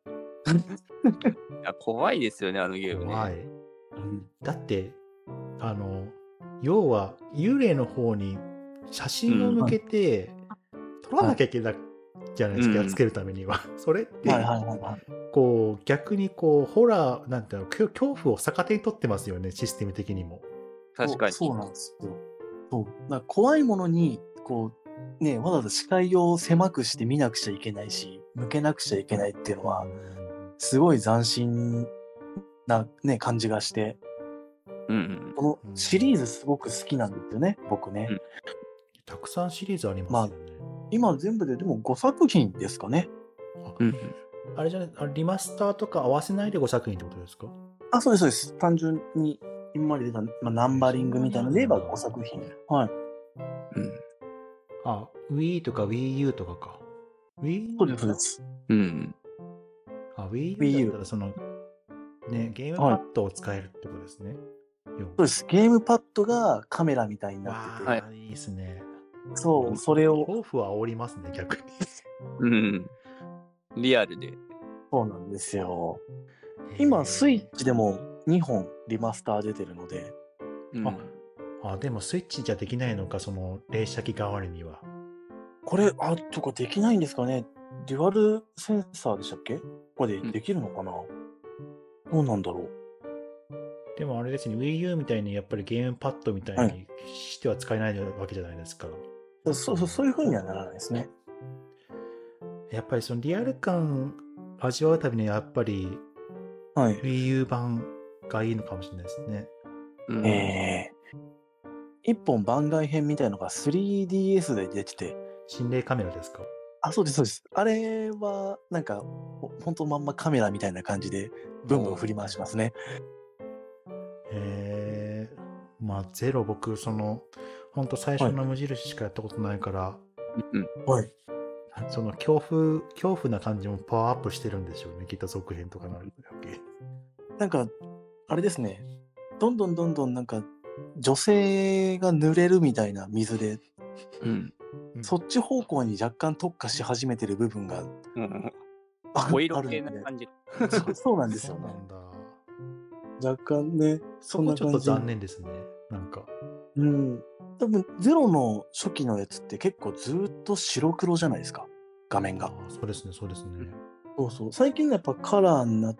S3: 怖いですよね、あのゲームね。
S1: 怖い。だって、要は、幽霊の方に写真を向けて、撮らなきゃいけないじゃないですか、やっつけるためには。それって、逆にホラー、なんていうの、恐怖を逆手に取ってますよね、システム的にも。
S3: 確かに。
S2: そうなんですよ。怖いものに、わざわざ視界を狭くして見なくちゃいけないし、向けなくちゃいけないっていうのは、すごい斬新なね、感じがして、このシリーズすごく好きなんですよね、僕ね。
S1: たくさんシリーズありますよね。
S2: 今全部ででも5作品ですかね。
S1: あれじゃない、リマスターとか合わせないで5作品ってことですか？
S2: そうです、そうです。単純に今まで出た、ナンバリングみたいなので言えば5作品。
S1: Wii とか Wii U とかか。Wii?
S2: そうです、そうです。
S1: Wii U だったらゲームパッドを使えるってことですね。
S2: そうです。ゲームパッドがカメラみたいになってて。
S1: いいですね。
S2: そう、それを。
S1: 恐怖は煽りますね、逆に。
S3: リアルで。
S2: そうなんですよ。今、スイッチでも2本リマスター出てるので。
S1: でもスイッチじゃできないのか、その霊写機代わりには。
S2: これ、とかできないんですかね。デュアルセンサーでしたっけ？これできるのかな？どうなんだろう。
S1: でもあれですね、Wii U みたいにやっぱりゲームパッドみたいにしては使えないわけじゃないですか。
S2: そういう風にはならないですね。
S1: やっぱりそのリアル感味わうためにはやっぱり Wii U 版がいいのかもしれないですね。
S2: 一本番外編みたいのが 3DS で出てて。
S1: 心霊カメラですか？
S2: そうです、そうです。あれは、本当まんまカメラみたいな感じで、ブンブン振り回しますね。
S1: ゼロ僕、本当最初の無印しかやったことないから、 その恐怖な感じもパワーアップしてるんでしょうね。きっと続編とかなるわけ。
S2: なんか、あれですね。どんどんなんか、女性が濡れるみたいな水で、そっち方向に若干特化し始めてる部分が
S3: お色
S2: あるんで。
S3: 系な感じ。
S2: そうなんですよね。
S1: そうなんだ。
S2: 若干ね、
S1: そこちょっと残念ですね。なんか。
S2: 多分、ゼロの初期のやつって結構ずっと白黒じゃないですか。画面が。
S1: そうですね。
S2: そうそう。最近やっぱカラーになって、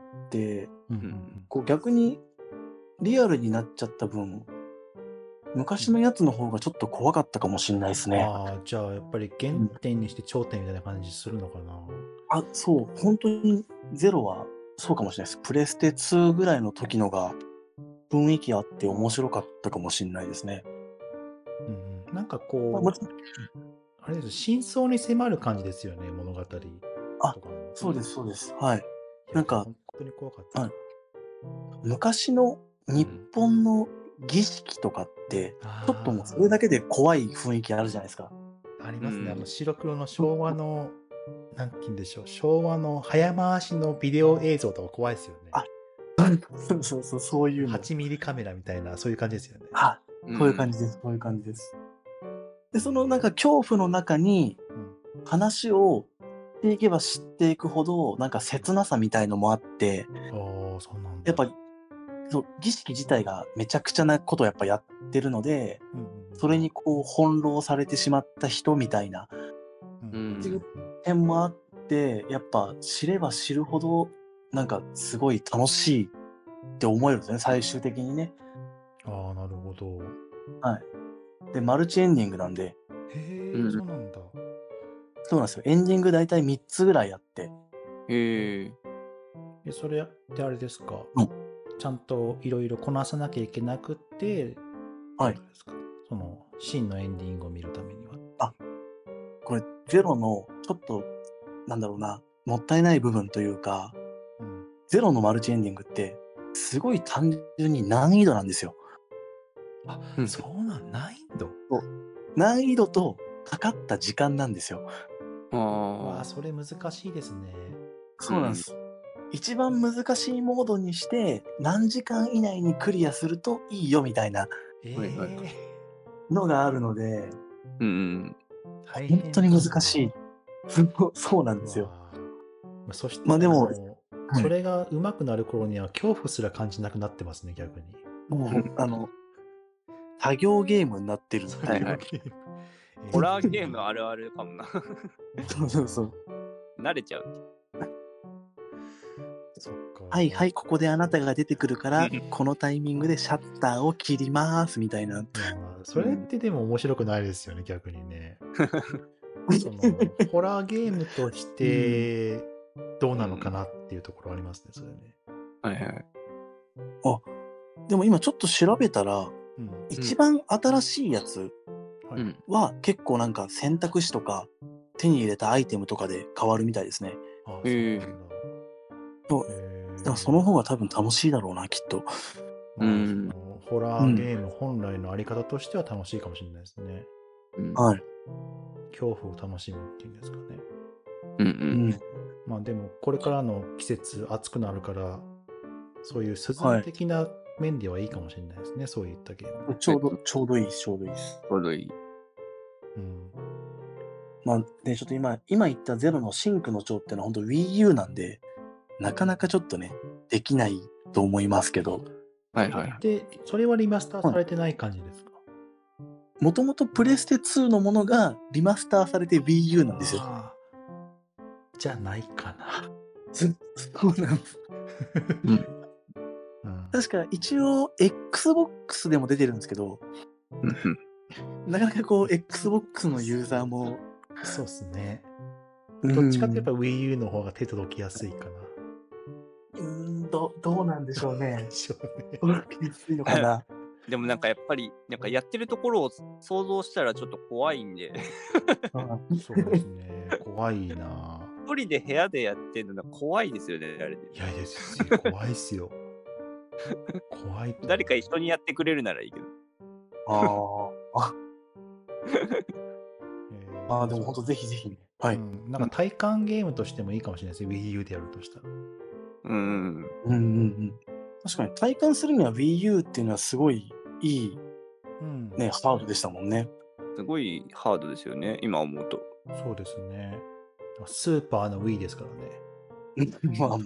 S2: こう逆にリアルになっちゃった分、昔のやつの方がちょっと怖かったかもしれないですね。
S1: じゃあやっぱり原点にして頂点みたいな感じするのかな。
S2: そう。本当にゼロはそうかもしれないです。プレステ2ぐらいの時のが雰囲気あって面白かったかもしれないですね。
S1: なんかこう、あれです、真相に迫る感じですよね、物語とか。
S2: そうです。はい。なんか、
S1: 本当に怖かった。
S2: 昔の日本の儀式とかって、ちょっともうそれだけで怖い雰囲気あるじゃないですか。
S1: ありますね。白黒の昭和の、なんて言うんでしょう、昭和の早回しのビデオ映像とか怖いですよね。
S2: そういうの。
S1: 8ミリカメラみたいな、そういう感じですよね。
S2: そういう感じです。で、そのなんか恐怖の中に、話をしていけば知っていくほど、なんか切なさみたいのもあって、
S1: そうなんだ。
S2: やっぱ儀式自体がめちゃくちゃなことをやっぱやってるので、それにこう翻弄されてしまった人みたいな、っていう点もあって、やっぱ知れば知るほど、なんかすごい楽しいって思えるんですね、最終的にね。
S1: なるほど。
S2: はい。で、マルチエンディングなんで。
S1: そうなんだ。
S2: そうなんですよ。エンディング大体3つぐらいあって。
S1: それってあれですか、ちゃんといろいろこなさなきゃいけなくって、ですか、その真のエンディングを見るためには。
S2: これゼロのちょっとなんだろうな、もったいない部分というか、ゼロのマルチエンディングってすごい単純に難易度なんですよ。
S1: そうなん、難易度？
S2: 難易度とかかった時間なんですよ。
S1: それ難しいですね。
S2: そうなんです。一番難しいモードにして何時間以内にクリアするといいよみたいなのがあるので、本当に難しい。そうなんですよ。
S1: そして
S2: でも、
S1: それが上手くなる頃には恐怖すら感じなくなってますね、逆に。
S2: もう作業ゲームになってるっていう。
S3: ホラーゲームあるあるかもな。
S2: そう。
S3: 慣れちゃう。
S2: はい、ここであなたが出てくるから、このタイミングでシャッターを切りますみたいな。
S1: それってでも面白くないですよね、逆にね。そのホラーゲームとしてどうなのかなっていうところありますね、それね。
S2: でも今ちょっと調べたら、一番新しいやつは結構なんか選択肢とか手に入れたアイテムとかで変わるみたいですね。だからその方が多分楽しいだろうな、きっと。
S1: ホラーゲーム本来のあり方としては楽しいかもしれないですね。恐怖を楽しむっていうんですかね。でもこれからの季節暑くなるから、そういう涼み的な面ではいいかもしれないですね、そういったゲーム。
S2: ちょうどいいです。
S3: ちょうどいい。
S2: で、ちょっと今言ったゼロのシンクの蝶ってのは本当 Wii U なんで、なかなかちょっとね、できないと思いますけど。
S1: で、それはリマスターされてない感じですか？
S2: もともとプレステ2のものがリマスターされて Wii U なんですよ。
S1: じゃないかな。
S2: そうなんです。確か一応 Xbox でも出てるんですけど、なかなかこう Xbox のユーザーも。
S1: そうっすね。どっちかってやっぱ Wii U の方が手届きやすいかな。
S2: どうなんでしょうね。届きやすいのかな。
S3: でもなんかやっぱりなんかやってるところを想像したらちょっと怖いんで。
S1: そうですね。怖いな。
S3: 一人で部屋でやってるの怖いですよね、あれで。
S1: いや怖いっすよ。怖い。
S3: 誰か一緒にやってくれるならいいけど。
S2: でも本当ぜひぜひ。はい。
S1: なんか体感ゲームとしてもいいかもしれないですよ。Wii U でやるとしたら。
S2: 確かに体感するには Wii U っていうのはすごいいい、ね、ハードでしたもんね。
S3: すごいハードですよね、今思うと。
S1: そうですね。スーパーの Wii ですからね。
S2: まあ。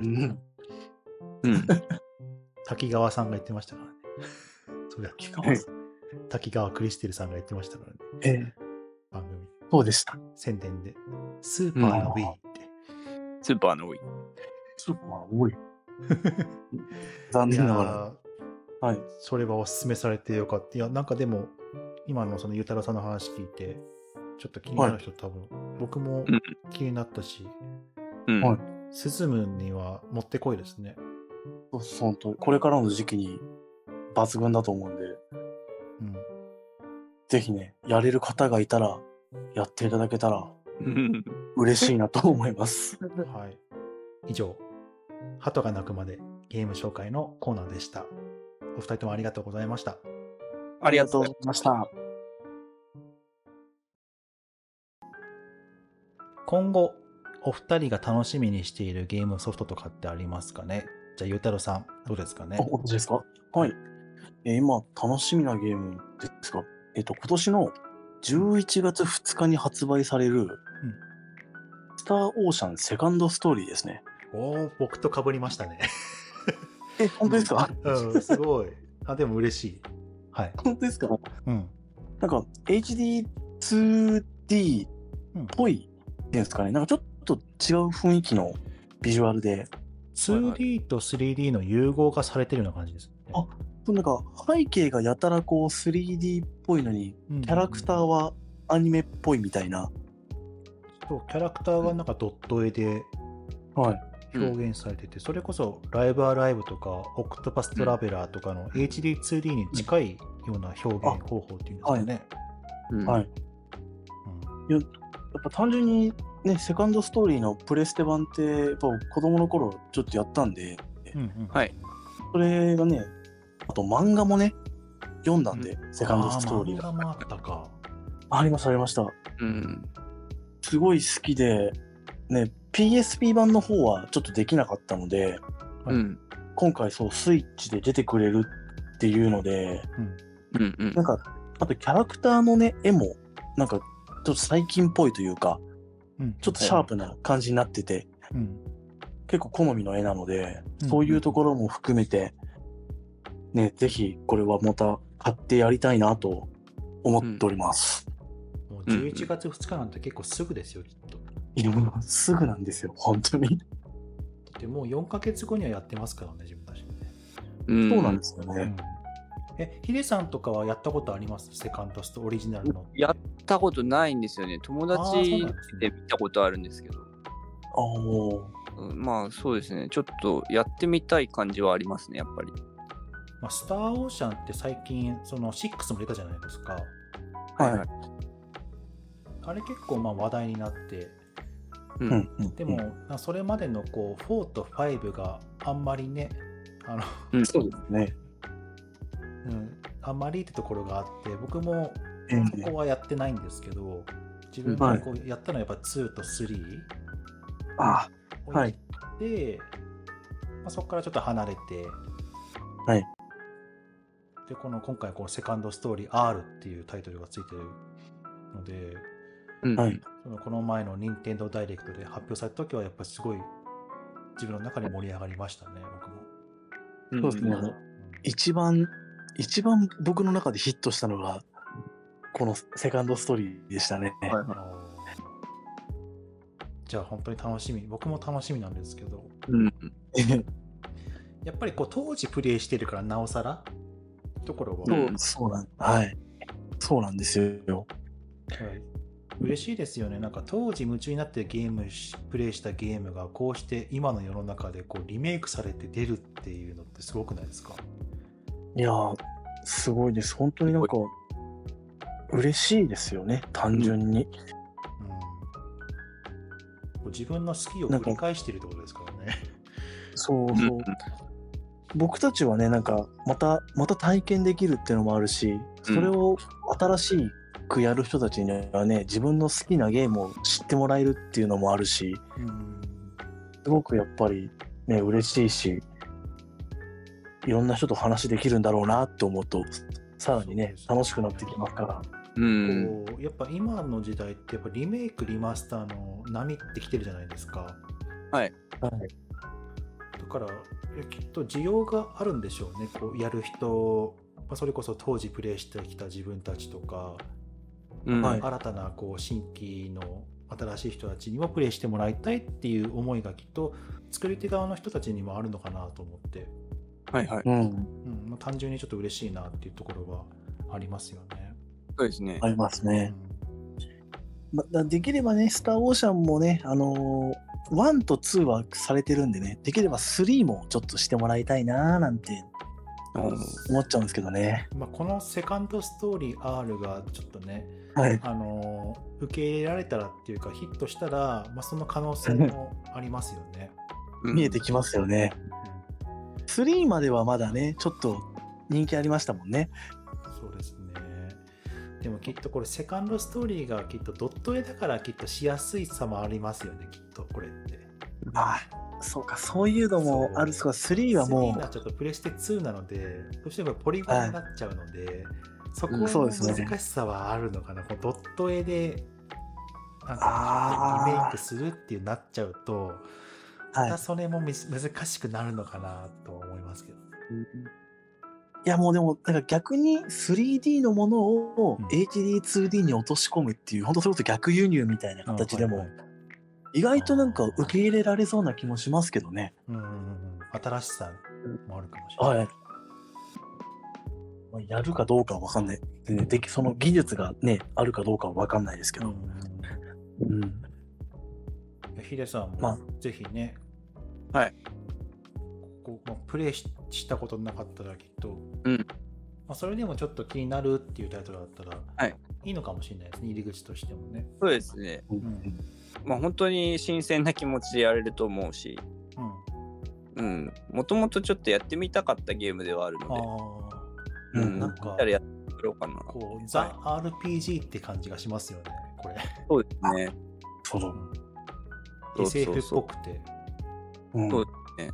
S1: 滝川さんが言ってましたからね。そうや、滝川クリステルさんが言ってましたからね。番組。
S2: そうでした。
S1: 宣伝で。スーパーの Wii って。
S3: スーパーの Wii。
S2: スーパーの Wii。残念ながら。はい。
S1: それはおすすめされてよかった。いや、なんかでも、今のそのゆうたろうさんの話聞いて、ちょっと気になる人多分、僕も気になったし、進むにはもってこいですね。
S2: 本当これからの時期に抜群だと思うんで、ぜひね、やれる方がいたら、やっていただけたら、嬉しいなと思います。
S1: はい。以上、鳩が鳴くまでゲーム紹介のコーナーでした。お二人ともありがとうございました。
S2: ありがとうございました。
S1: 今後、お二人が楽しみにしているゲームソフトとかってありますかね？じゃあ、ゆうたろうさん、どうですかね？
S2: 私ですか？はい。今、楽しみなゲームですか？今年の11月2日に発売される、スターオーシャンセカンドストーリーですね。
S1: 僕と被りましたね。
S2: 本当ですか？
S1: すごい。でも嬉しい。はい。
S2: 本当ですか？なんか HD2D っぽいですかね。なんかちょっと違う雰囲気のビジュアルで。
S1: 2D と 3D の融合がされてるような感じですね。
S2: なんか背景がやたらこう 3D っぽいのに、キャラクターはアニメっぽいみたいな。
S1: そう、キャラクターがなんかドット絵で表現されてて、それこそライブアライブとかオクトパストラベラーとかの HD2D に近いような表現方法っていうんですかね。
S2: やっぱ単純にね、セカンドストーリーのプレステ版ってやっぱ子供の頃ちょっとやったんで、それがね、あと漫画もね読んだんで、セカンドストーリーが。
S1: 漫画もあったか。
S2: ありました。すごい好きでね、PSP 版の方はちょっとできなかったので、今回そうスイッチで出てくれるっていうので、なんかあとキャラクターのね絵もなんかちょっと最近っぽいというか、ちょっとシャープな感じになってて、結構好みの絵なので、そういうところも含めてね、ぜひこれはまた買ってやりたいなと思っております。
S1: もう11月2日なんて結構すぐですよ、きっと。
S2: すぐなんですよ、本当に。
S1: でもう4ヶ月後にはやってますからね、自分たちで。
S2: そうなんですよね。
S1: ヒデさんとかはやったことあります？セカンドストオリジナルの。
S3: やったことないんですよね。友達で見たことあるんですけど。まあそうですね。ちょっとやってみたい感じはありますね、やっぱり。
S1: スターオーシャンって最近その6も出たじゃないですか。あれ結構話題になって、でもそれまでのこう4と5があんまりね、
S2: そうですね。
S1: あんまりってところがあって、僕もここはやってないんですけど、自分がこうやったのはやっぱ2と3をやって、そこからちょっと離れて、で今回このセカンドストーリー R っていうタイトルがついてるので、この前の任天堂ダイレクトで発表された時はやっぱりすごい自分の中で盛り上がりましたね、僕も。
S2: そうですね。一番僕の中でヒットしたのがこのセカンドストーリーでしたね。
S1: じゃあ本当に楽しみ、僕も楽しみなんですけど、やっぱりこう当時プレイしてるからなおさらところは、
S2: そうなんですよ。
S1: 嬉しいですよね。なんか当時夢中になってプレイしたゲームがこうして今の世の中でこうリメイクされて出るっていうのってすごくないですか？
S2: いやー、すごいです。本当になんか嬉しいですよね、単純に。
S1: 自分の好きを繰り返してるってことですからね。
S2: そう。僕たちはね、なんかまた体験できるっていうのもあるし、それを新しいクやる人たちにはね、自分の好きなゲームを知ってもらえるっていうのもあるし、すごくやっぱりね、嬉しいし、いろんな人と話できるんだろうなって思うと、さらにね、楽しくなってきますから。
S1: こうやっぱ今の時代ってやっぱリメイクリマスターの波ってきてるじゃないですか。
S3: はい。
S2: はい。
S1: だからきっと需要があるんでしょうね。こうやる人、それこそ当時プレイしてきた自分たちとか、
S2: はい
S1: 新たなこう新規の新しい人たちにもプレイしてもらいたいっていう思いがきっと作り手側の人たちにもあるのかなと思って、
S3: はいはい。
S1: 単純にちょっと嬉しいなっていうところはありますよね。
S3: そうですね。
S2: ありますね。できればね、スターオーシャンもね、1と2はされてるんでね、できれば3もちょっとしてもらいたいなーなんて思っちゃうんですけどね。
S1: このセカンドストーリー R がちょっとね、
S2: はい、
S1: 受け入れられたらっていうかヒットしたら、その可能性もありますよね。
S2: 見えてきますよね。3まではまだね、ちょっと人気ありましたもんね。
S1: そうですね。でもきっとこれセカンドストーリーがきっとドット絵だからきっとしやすいさもありますよね、きっとこれって。
S2: そうか、そういうのもある。そうか、3はもう。
S1: 3はちょっとプレステ2なので、どうしてもポリゴンになっちゃうので、そこの難しさはあるのかな。こうドット絵でなんかリメイクするっていうなっちゃうと、またそれも難しくなるのかなと思いますけど。
S2: いやもうでもなんか逆に 3D のものを HD2D に落とし込むっていう、本当それこそ逆輸入みたいな形でも意外となんか受け入れられそうな気もしますけどね。
S1: 新しさもあるかもしれない。
S2: やるかどうかは分かんない。その技術がねあるかどうかは分かんないですけど。
S1: ヒデさんもぜひね、
S3: はい。
S1: プレイしたことなかったらきっと、それでもちょっと気になるっていうタイトルだったら、いいのかもしれないですね、入り口としてもね。
S3: そうですね。本当に新鮮な気持ちでやれると思うし、もともとちょっとやってみたかったゲームではあるので、
S1: なんか
S3: やろうかな。
S1: こうザ・ RPG って感じがしますよね、これ。
S3: そうですね。
S1: SF っぽくて。
S3: そうですね。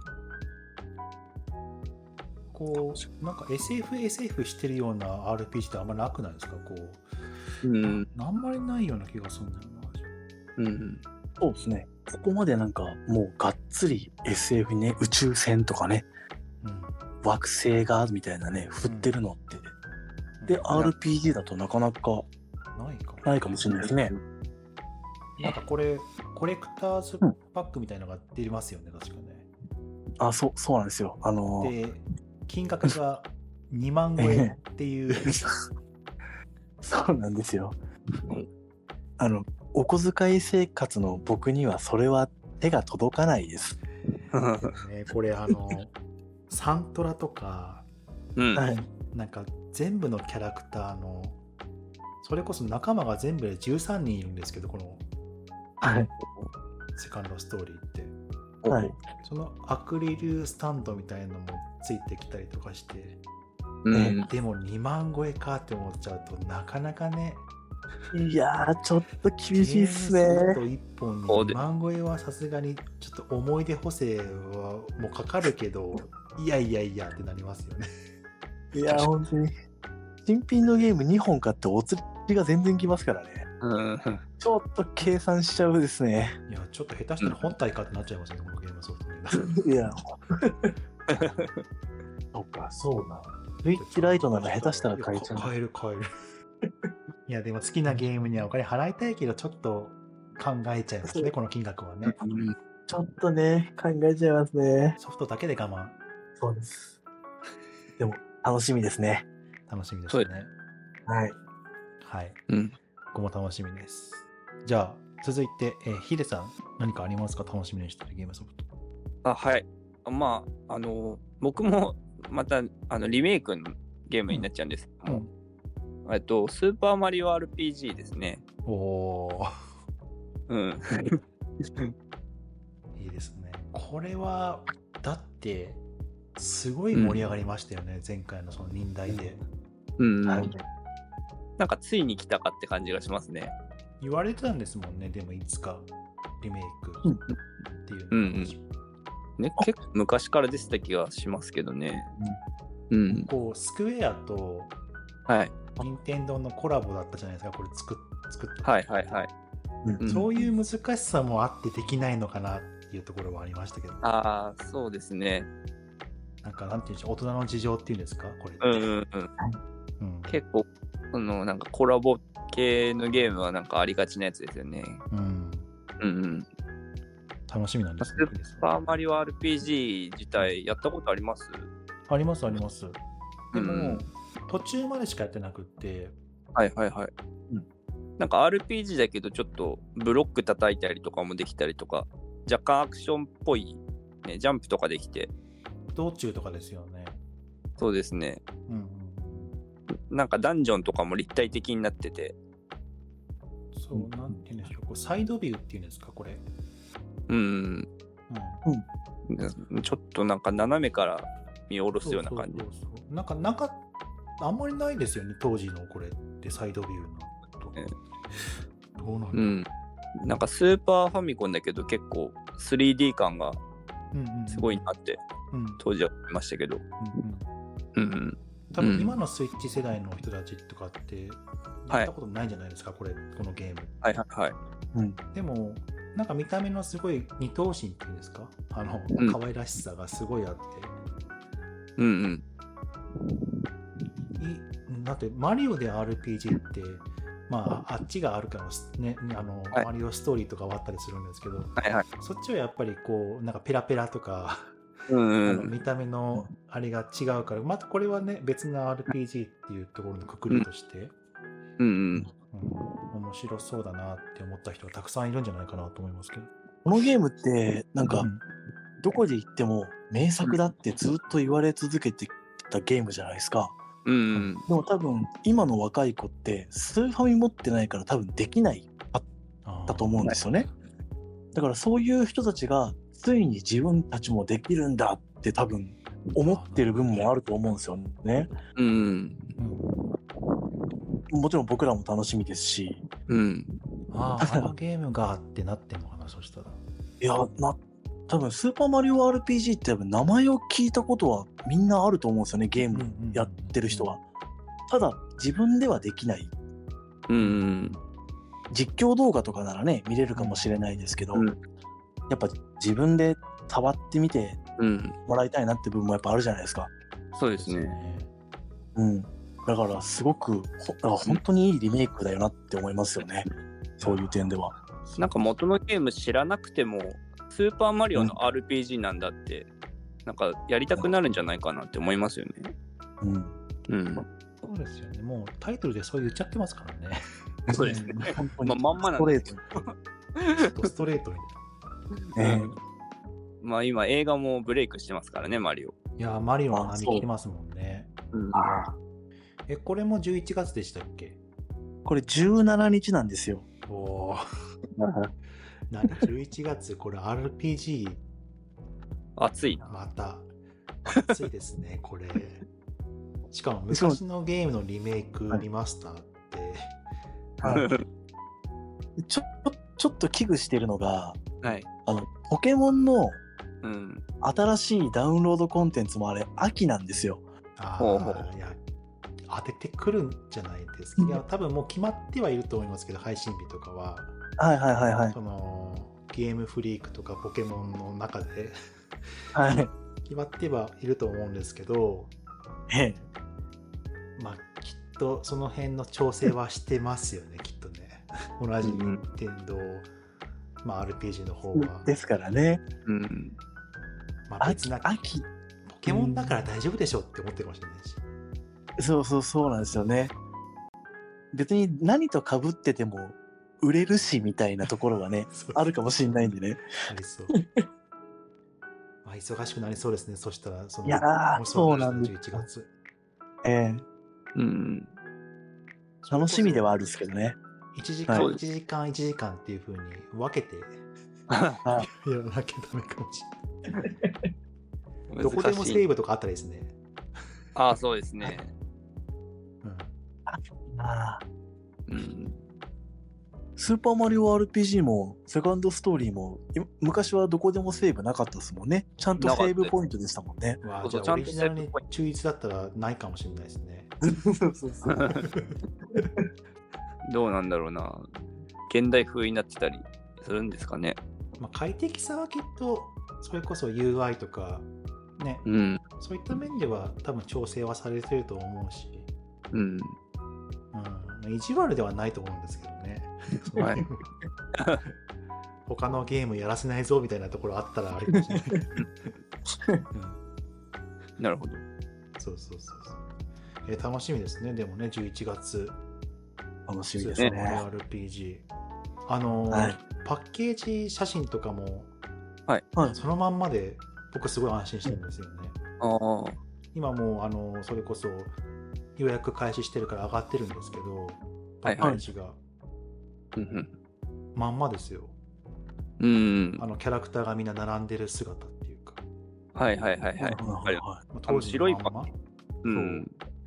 S1: こうなんか SF してるような RPG ってあんまなくないですか？こう、あんまりないような気がするんだよな。
S2: そうですね。ここまでなんかもうがっつり SF ね、宇宙船とかね、惑星がみたいなね、振ってるのって、で RPG だとなかなかないかもしれないですね。
S1: なんかこれコレクターズパックみたいなのが出ますよね、確かね。
S2: そうなんですよ。
S1: で金額が2万超えっていう
S2: そうなんですよ。お小遣い生活の僕にはそれは手が届かないです。
S1: これサントラとか、なんか全部のキャラクターのそれこそ仲間が全部で13人いるんですけど、このセカンドストーリーって、そのアクリルスタンドみたいなのもついてきたりとかして、でも2万超えかって思っちゃうとなかなかね。
S2: いやーちょっと厳しいっすね。
S1: 1本に2万超えはさすがにちょっと思い出補正はもうかかるけど、いやってなりますよね。
S2: いやー本当に新品のゲーム2本買ってお釣りが全然きますからね。ちょっと計算しちゃうですね。
S1: いやちょっと下手したら本体かってなっちゃいますね、このゲームソフト
S2: いやそうな。スイッチライトなら下手したら買えちゃう。
S1: 買えるいやでも好きなゲームにはお金払いたいけどちょっと考えちゃいますね、この金額はね。
S2: ちょっとね考えちゃいますね。
S1: ソフトだけで我慢。
S2: そうです。でも楽しみですね。
S1: 楽しみですね。はい。僕も楽しみです。じゃあ続いて、ヒデさん何かありますか？楽しみにしてるゲームソフト。
S3: はい。僕もまたリメイクのゲームになっちゃうんですけども、スーパーマリオ RPG ですね。
S1: いいですね。これはだってすごい盛り上がりましたよね、前回のその忍耐で。
S3: なんかついに来たかって感じがしますね。
S1: 言われてたんですもんね、でもいつかリメイクっていう話。
S3: ね、結構昔から出てた気がしますけどね。
S1: こうスクエアと任天堂のコラボだったじゃないですか、これ作って
S3: はいはいはい。
S1: そういう難しさもあってできないのかなっていうところはありましたけど。
S3: ああ、そうですね。
S1: なんかなんていうんでしょう、大人の事情っていうんですか、これって。
S3: 結構なんかコラボ系のゲームはなんかありがちなやつですよね。
S1: 楽しみなんです
S3: ね。スーパーマリオ RPG 自体やったことあります？
S1: ありますあります。でも、途中までしかやってなくって。
S3: なんか RPG だけどちょっとブロック叩いたりとかもできたりとか、若干アクションっぽい、ね、ジャンプとかできて。
S1: 道中とかですよね。
S3: そうですね。なんかダンジョンとかも立体的になってて。
S1: そう、なんていうんでしょう、サイドビューっていうんですか、これ。ちょっとなんか斜めから見下ろすような感じ。 なんかあんまりないですよね、当時のこれってサイドビューのと。どうなんだ。
S3: なんかスーパーファミコンだけど結構 3D 感がすごいなって当時は思いましたけど。
S1: 多分今のスイッチ世代の人たちとかってやったことないんじゃないですか、このゲーム。でもなんか見た目のすごい二頭身っていうんですか、可愛らしさがすごいあって。だってマリオで RPG ってまああっちがあるからね、マリオストーリーとかはあったりするんですけど、そっちはやっぱりこうなんかペラペラとか見た目のあれが違うから、またこれはね別の RPG っていうところのくくりとして面白そうだなって思った人はたくさんいるんじゃないかなと思いますけど。
S2: このゲームってなんかどこで言っても名作だってずっと言われ続けてきたゲームじゃないですか。でも多分今の若い子ってスーファミ持ってないから多分できないだと思うんですよね。だからそういう人たちがついに自分たちもできるんだって多分思ってる部分もあると思うんですよね。もちろん僕らも楽しみですし。
S1: あのゲームがってなってんのかな、そしたら。
S2: いや多分スーパーマリオ RPG って多分名前を聞いたことはみんなあると思うんですよね、ゲームやってる人は。ただ自分ではできない。実況動画とかならね見れるかもしれないですけど、やっぱ自分で触ってみてもらいたいなって部分もやっぱあるじゃないですか。
S3: そうですね。
S2: だからすごく本当にいいリメイクだよなって思いますよね、そういう点では。
S3: なんか元のゲーム知らなくてもスーパーマリオの RPG なんだって、なんかやりたくなるんじゃないかなって思いますよね。
S1: そうですよね。もうタイトルでそう言っちゃってますからね。
S3: そうですね。まんまなんですよ。
S1: ストレートに。
S3: まあ今映画もブレイクしてますからね、マリオ。
S1: いやマリオの波来てますもんね。これも11月でしたっけ？
S2: これ17日なんですよ。
S1: お11月、これ RPG
S3: 熱いな。
S1: また熱いですね、これ。しかも昔のゲームのリメイク、リマスターって、
S2: ちょっと危惧してるのが、ポケモンの新しいダウンロードコンテンツもあれ秋なんですよ。
S1: いや当ててくるんじゃないですか。いや多分もう決まってはいると思いますけど、配信日とかは。そのゲームフリークとかポケモンの中で決まってはいると思うんですけど、まあきっとその辺の調整はしてますよねきっとね。同じ任天堂、RPG の方は
S2: ですからね。
S1: 別な秋ポケモンだから大丈夫でしょって思ってるかもしれないし。
S2: そうなんですよね。別に何と被ってても売れるしみたいなところがねあるかもしれないんでね。
S1: ありそう。忙しくなりそうですね。そしたら
S2: そうなんです。
S1: 11月。
S2: 楽しみではあるんですけどね。
S1: 1時間っていう風に分けてやらなきゃダメかもしれない。どこでもセーブとかあったらですね。
S3: そうですね。
S2: あ
S3: うん。
S2: スーパーマリオ RPG もセカンドストーリーも昔はどこでもセーブなかったですもんね。ちゃんとセーブポイントでしたもんね。
S1: わあ、
S3: そうそう
S1: じゃあオリジナルに
S3: ちゃんとセーブポイン
S1: 中立だったらないかもしれないですね。
S2: そうそう。
S3: どうなんだろうな。現代風になってたりするんですかね。
S1: まあ、快適さはきっとそれこそ UI とかね、
S3: うん。
S1: そういった面では多分調整はされてると思うし、
S3: うん。
S1: 意地悪ではないと思うんですけどね。
S3: はい
S1: 他のゲームやらせないぞみたいなところあったらあれかもしれない。
S3: なるほど。
S1: そう。楽しみですね。でもね、11月。
S2: 楽しみですね。
S1: スーパーマリオ RPG。
S2: はい、
S1: パッケージ写真とかも、
S3: はい。
S1: そのまんまで僕すごい安心してるんですよね。
S3: ああ。
S1: 今もうそれこそ予約開始してるから上がってるんですけど、パッケージがまんまですよ。
S3: うん。
S1: キャラクターがみんな並んでる姿っていうか。
S3: はい。
S1: 当時のまんま。
S3: うん。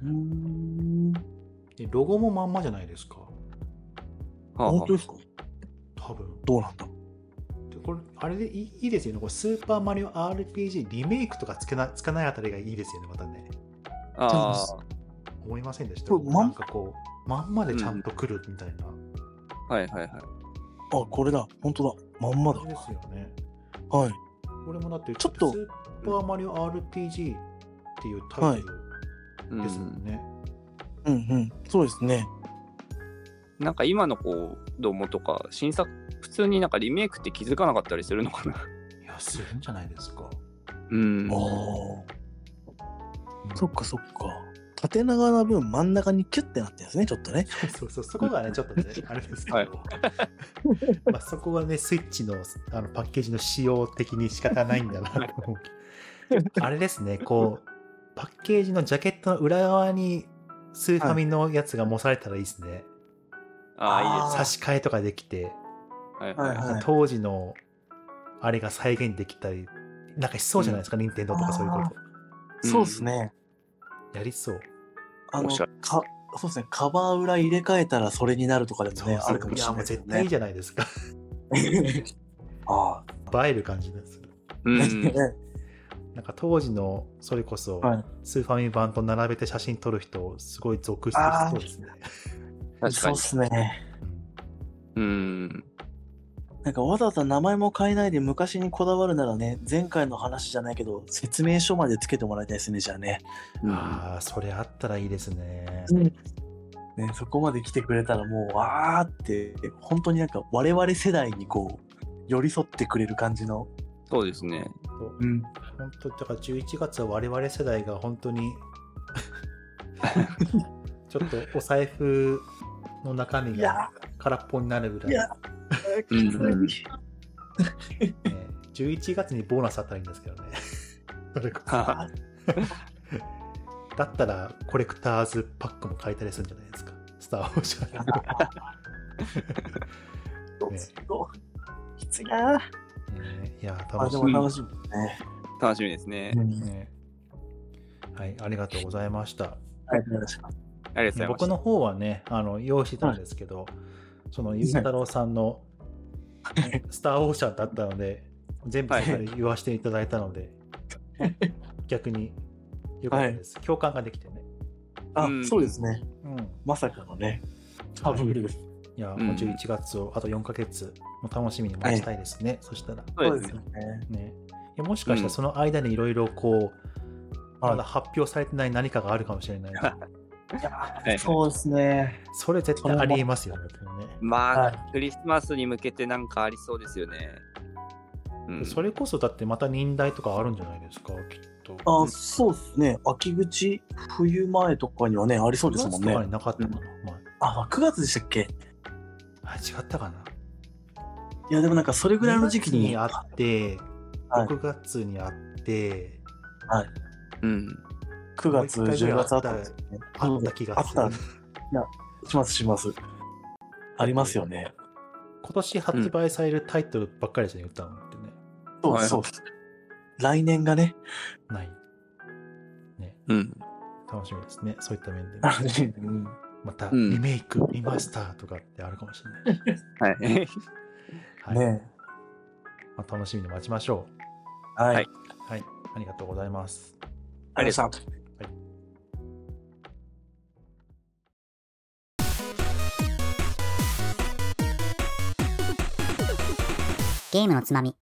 S1: でロゴもまんまじゃないですか。
S2: 本当ですか？
S1: 多分。
S2: どうなんだ。
S1: これあれでいいですよね。これスーパーマリオ RPG リメイクとかつかないあたりがいいですよね。またね。
S3: ああ。
S1: 思いませんでした？なんかこうまんまでちゃんと来るみたいな。
S3: はい。
S2: あ、これだ。本当だ。まんまだ。
S1: そうですよね。
S2: はい。
S1: これもだって
S2: ちょっと
S1: スーパーマリオ RPG っていうタイトルですもんね。
S2: そうですね。
S3: なんか今の子供とか新作普通になんかリメイクって気づかなかったりするのかな。
S1: いや、するんじゃないですか。
S2: そっか。縦長な分真ん中にキュッてなってるんですね、ちょっとね。
S1: そうそこがねちょっとねあれですけど、まあそこはねスイッチのパッケージの仕様的に仕方ないんだなと思う。あれですね、こうパッケージのジャケットの裏側にスーファミのやつが模されたらいいですね。
S3: いいです。
S1: 差し替えとかできて、当時のあれが再現できたりなんかしそうじゃないですか、任天堂とかそういうこと。
S2: そうですね。
S1: やりそう。
S2: そうですね。カバー裏入れ替えたらそれになるとかでもね、あるかもしれない。
S1: いや、もう絶対いいじゃないですか。映える感じです。なんか当時のそれこそスーファミ版と並べて写真撮る人すごい続出しそうですね。
S2: そうですね。なんかわざわざ名前も変えないで昔にこだわるならね、前回の話じゃないけど説明書までつけてもらいたいですね、じゃあね。
S1: それあったらいいですね。
S2: ね、そこまで来てくれたらもうわーって本当になんか我々世代にこう寄り添ってくれる感じの。
S3: そうですね。
S1: 本当だから11月は我々世代が本当にちょっとお財布の中身が空っぽになるぐらい。11月にボーナスあったらいいんですけどね。だったらコレクターズパックも買えたりするんじゃないですか。スター・ウォーシャ
S2: ー。きついな。
S1: いや、楽し
S3: みですね。
S1: はい、ありがとうございました。
S3: 僕
S1: の方はね、用意してたんですけど、そのゆうたろうさんのスター・オーシャンだったので、全部言わせていただいたので、逆によかったです。共感ができてね。
S2: そうですね。まさかのね。
S1: いや、もう11月をあと4ヶ月も楽しみに待ちたいですね。そしたら。
S2: そうですね。
S1: もしかしたらその間にいろいろこう、まだ発表されてない何かがあるかもしれない。
S2: そうですね。
S1: それ絶対ありえますよね。
S3: クリスマスに向けてなんかありそうですよね。
S1: それこそだってまた忍耐とかあるんじゃないですか、きっと。
S2: そうですね。秋口、冬前とかにはね、ありそうですもんね。
S1: 9月とかになかったかな。
S2: 9月でしたっけ？
S1: 違ったかな。
S2: いや、でもなんかそれぐらいの時期に
S1: あって、6月にあって、
S2: 9月、10月あったんですよね。
S1: あった気がする。
S2: いや、します。ありますよね。
S1: 今年発売されるタイトルばっかりですね、言ったのってね。
S2: そう。来年がね。
S1: ない。ね。楽しみですね、そういった面で。 また
S3: うん
S1: リメイク、リマスターとかってあるかもしれない。
S3: はい。
S1: はい。
S2: ね
S1: まあ、楽しみに待ちましょ
S2: はい。
S3: はい
S1: う。はい。ありがとうございます。
S2: ありがとうございま
S5: ゲームのつまみ。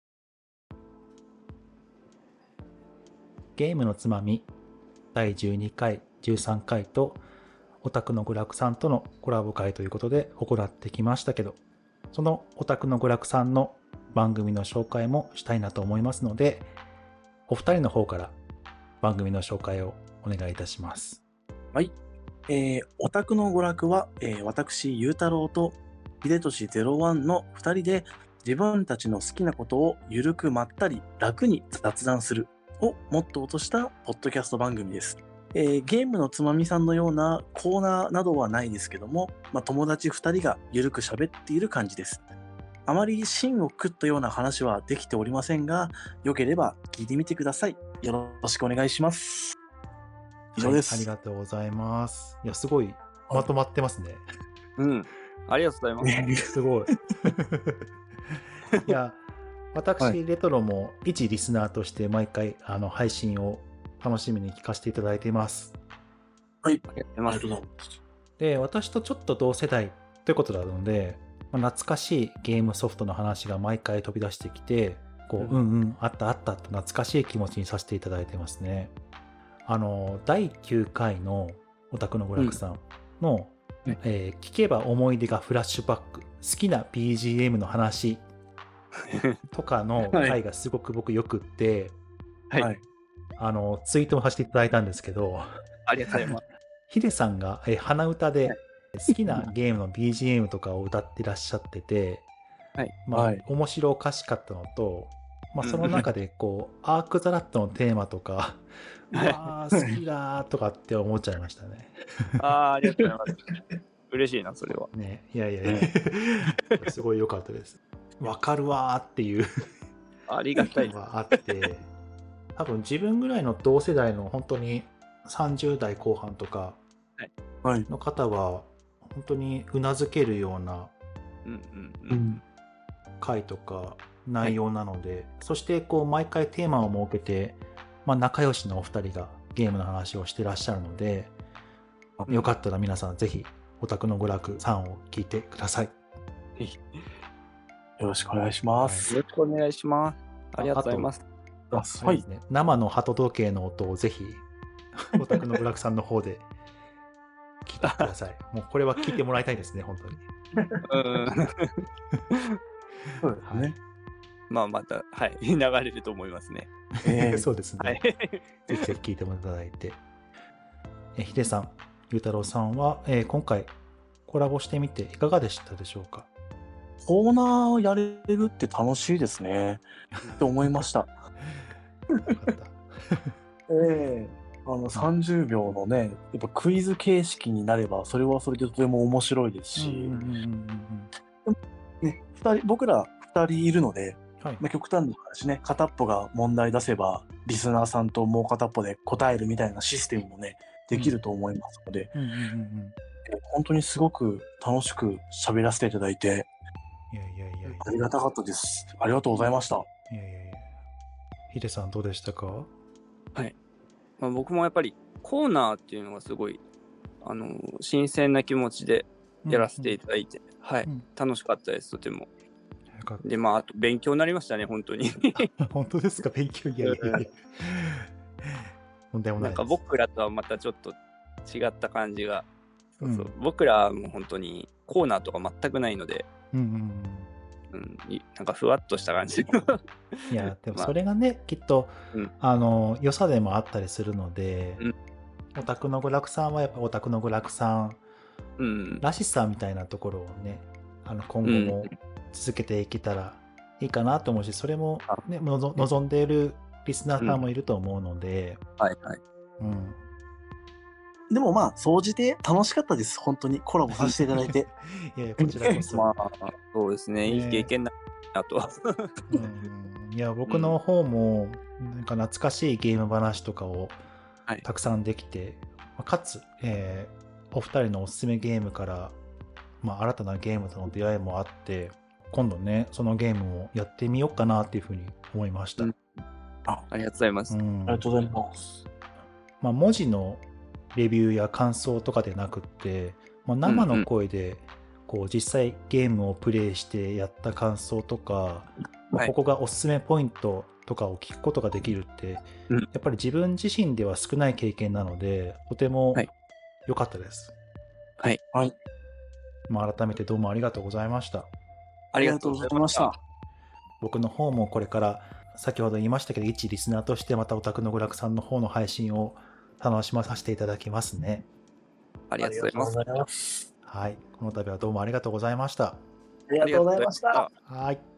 S1: ゲームのつまみ第12回、13回とオタクの娯楽さんとのコラボ会ということで行ってきましたけど、そのオタクの娯楽さんの番組の紹介もしたいなと思いますので、お二人の方から番組の紹介をお願いいたします。
S2: オタクの娯楽は、私、ゆうたろうと秀俊01の2人で自分たちの好きなことをゆるくまったり楽に雑談するをモットーとしたポッドキャスト番組です。ゲームのつまみさんのようなコーナーなどはないですけども、友達2人がゆるく喋っている感じです。あまり芯を食ったような話はできておりませんが、よければ聞いてみてください。よろしくお願いします。以上です。
S1: はい、ありがとうございます。いや、すごいまとまってますね。
S3: うん。ありがとうございます。
S1: すごい。いや、私、
S2: はい
S1: レトロも一リスナーとして毎回配信を楽しみに聞かせていただいています。
S2: はい。
S3: ありがとう
S2: あ
S3: ございま
S2: りがとうございます。
S1: で、私とちょっと同世代ということなので、懐かしいゲームソフトの話が毎回飛び出してきて、あったあったと懐かしい気持ちにさせていただいてますね。第9回のオタクの娯楽さんの、聞けば思い出がフラッシュバック、好きな BGM の話とかの回がすごく僕よくって、
S3: はい
S2: はい。
S1: ツイートもさせていただいたんですけど、
S3: ありがとうございます。
S1: ヒデさんが鼻歌で好きなゲームの BGM とかを歌ってらっしゃってて、
S3: はい。
S2: はい
S1: 面白おかしかったのと、その中でアークザラットのテーマとか、うわー好きだーとかって思っちゃいましたね。
S3: ありがとうございます。嬉しいな、それは。
S1: ね、いやいやいや、すごい良かったです。わかるわーっていう
S3: ありがたい
S1: の。があって、多分自分ぐらいの同世代の本当に30代後半とか
S2: はい。
S1: の方は、本当にうなずけるような
S3: うんうんう。
S2: うんん。
S1: 回とか内容なので、そして毎回テーマを設けて、仲良しのお二人がゲームの話をしてらっしゃるので、よかったら皆さんぜひオタクの娯楽さんを聞いてください。
S2: よろしくお願いします。
S3: よろしくお願いします。ありがとうございます。
S2: はい
S1: そうです。ね、生の鳩時計の音をぜひオタクの娯楽さんの方で聞いてください。もうこれは聞いてもらいたいですね、本当に。
S3: うん。
S2: そうですね。
S3: また、はい、流れると思いますね。
S1: そうですね。
S3: はい。
S1: ぜひぜひ聞いてもいただいて。ヒデさん、ゆうたろうさんは、今回コラボしてみていかがでしたでしょうか？
S2: コーナーやれるって楽しいですね。って思いました。
S1: よかった。
S2: 30秒のね、やっぱクイズ形式になれば、それはそれでとても面白いですし、ね、僕ら2人いるので、
S1: はい。
S2: 極端な話ね、片っぽが問題出せば、リスナーさんともう片っぽで答えるみたいなシステムもね、できると思いますので、本当にすごく楽しく喋らせていただいて、
S1: いやいやいやいや
S2: ありがたかったです。ありがとうございました。
S1: いやいやいや。ヒデさんどうでしたか？
S3: 僕もやっぱりコーナーっていうのがすごい新鮮な気持ちでやらせていただいて、はい、
S1: うん
S3: 楽しかったです、とても。
S1: よかった
S3: で、あと勉強になりましたね、本当に。
S1: 本当ですか？勉強いやいやいや。問題もなです。
S3: ないんか僕らとはまたちょっと違った感じが、
S1: うん
S3: 僕らはもう本当にコーナーとか全くないので、なんかふわっとした感じ。
S1: いや、でもそれがね、きっと、良さでもあったりするので、オタクの娯楽さんはやっぱオタクの娯楽さんらしさみたいなところをね、今後も続けていけたらいいかなと思うし、それも、ね、望んでいるリスナーさんもいると思うので、
S3: はいはい。
S2: でも総じて楽しかったです。本当にコラボさせていただいて。
S1: いや、こちらこそ。
S3: そうですね、いい経験だなとは。
S1: いや、僕の方も、なんか懐かしいゲーム話とかをたくさんできて、かつ、 お二人のおすすめゲームから、新たなゲームとの出会いもあって、今度ね、そのゲームをやってみようかなっていうふうに思いました。
S3: ありがとうございます。
S2: ありがとうございます。
S1: 文字のレビューや感想とかでなくって、生の声で実際ゲームをプレイしてやった感想とか、ここがおすすめポイントとかを聞くことができるって、やっぱり自分自身では少ない経験なので、とても良かったです。
S3: はい。
S2: はい。
S1: 改めてどうもありがとうございました。
S2: ありがとうございました。
S1: 僕の方もこれから先ほど言いましたけど、一リスナーとしてまたオタクの娯楽さんの方の配信を楽しまさせていただきますね。
S3: ありがとうございます。
S1: はい。この度はどうもありがとうございました。
S2: ありがとうございました。
S1: はい。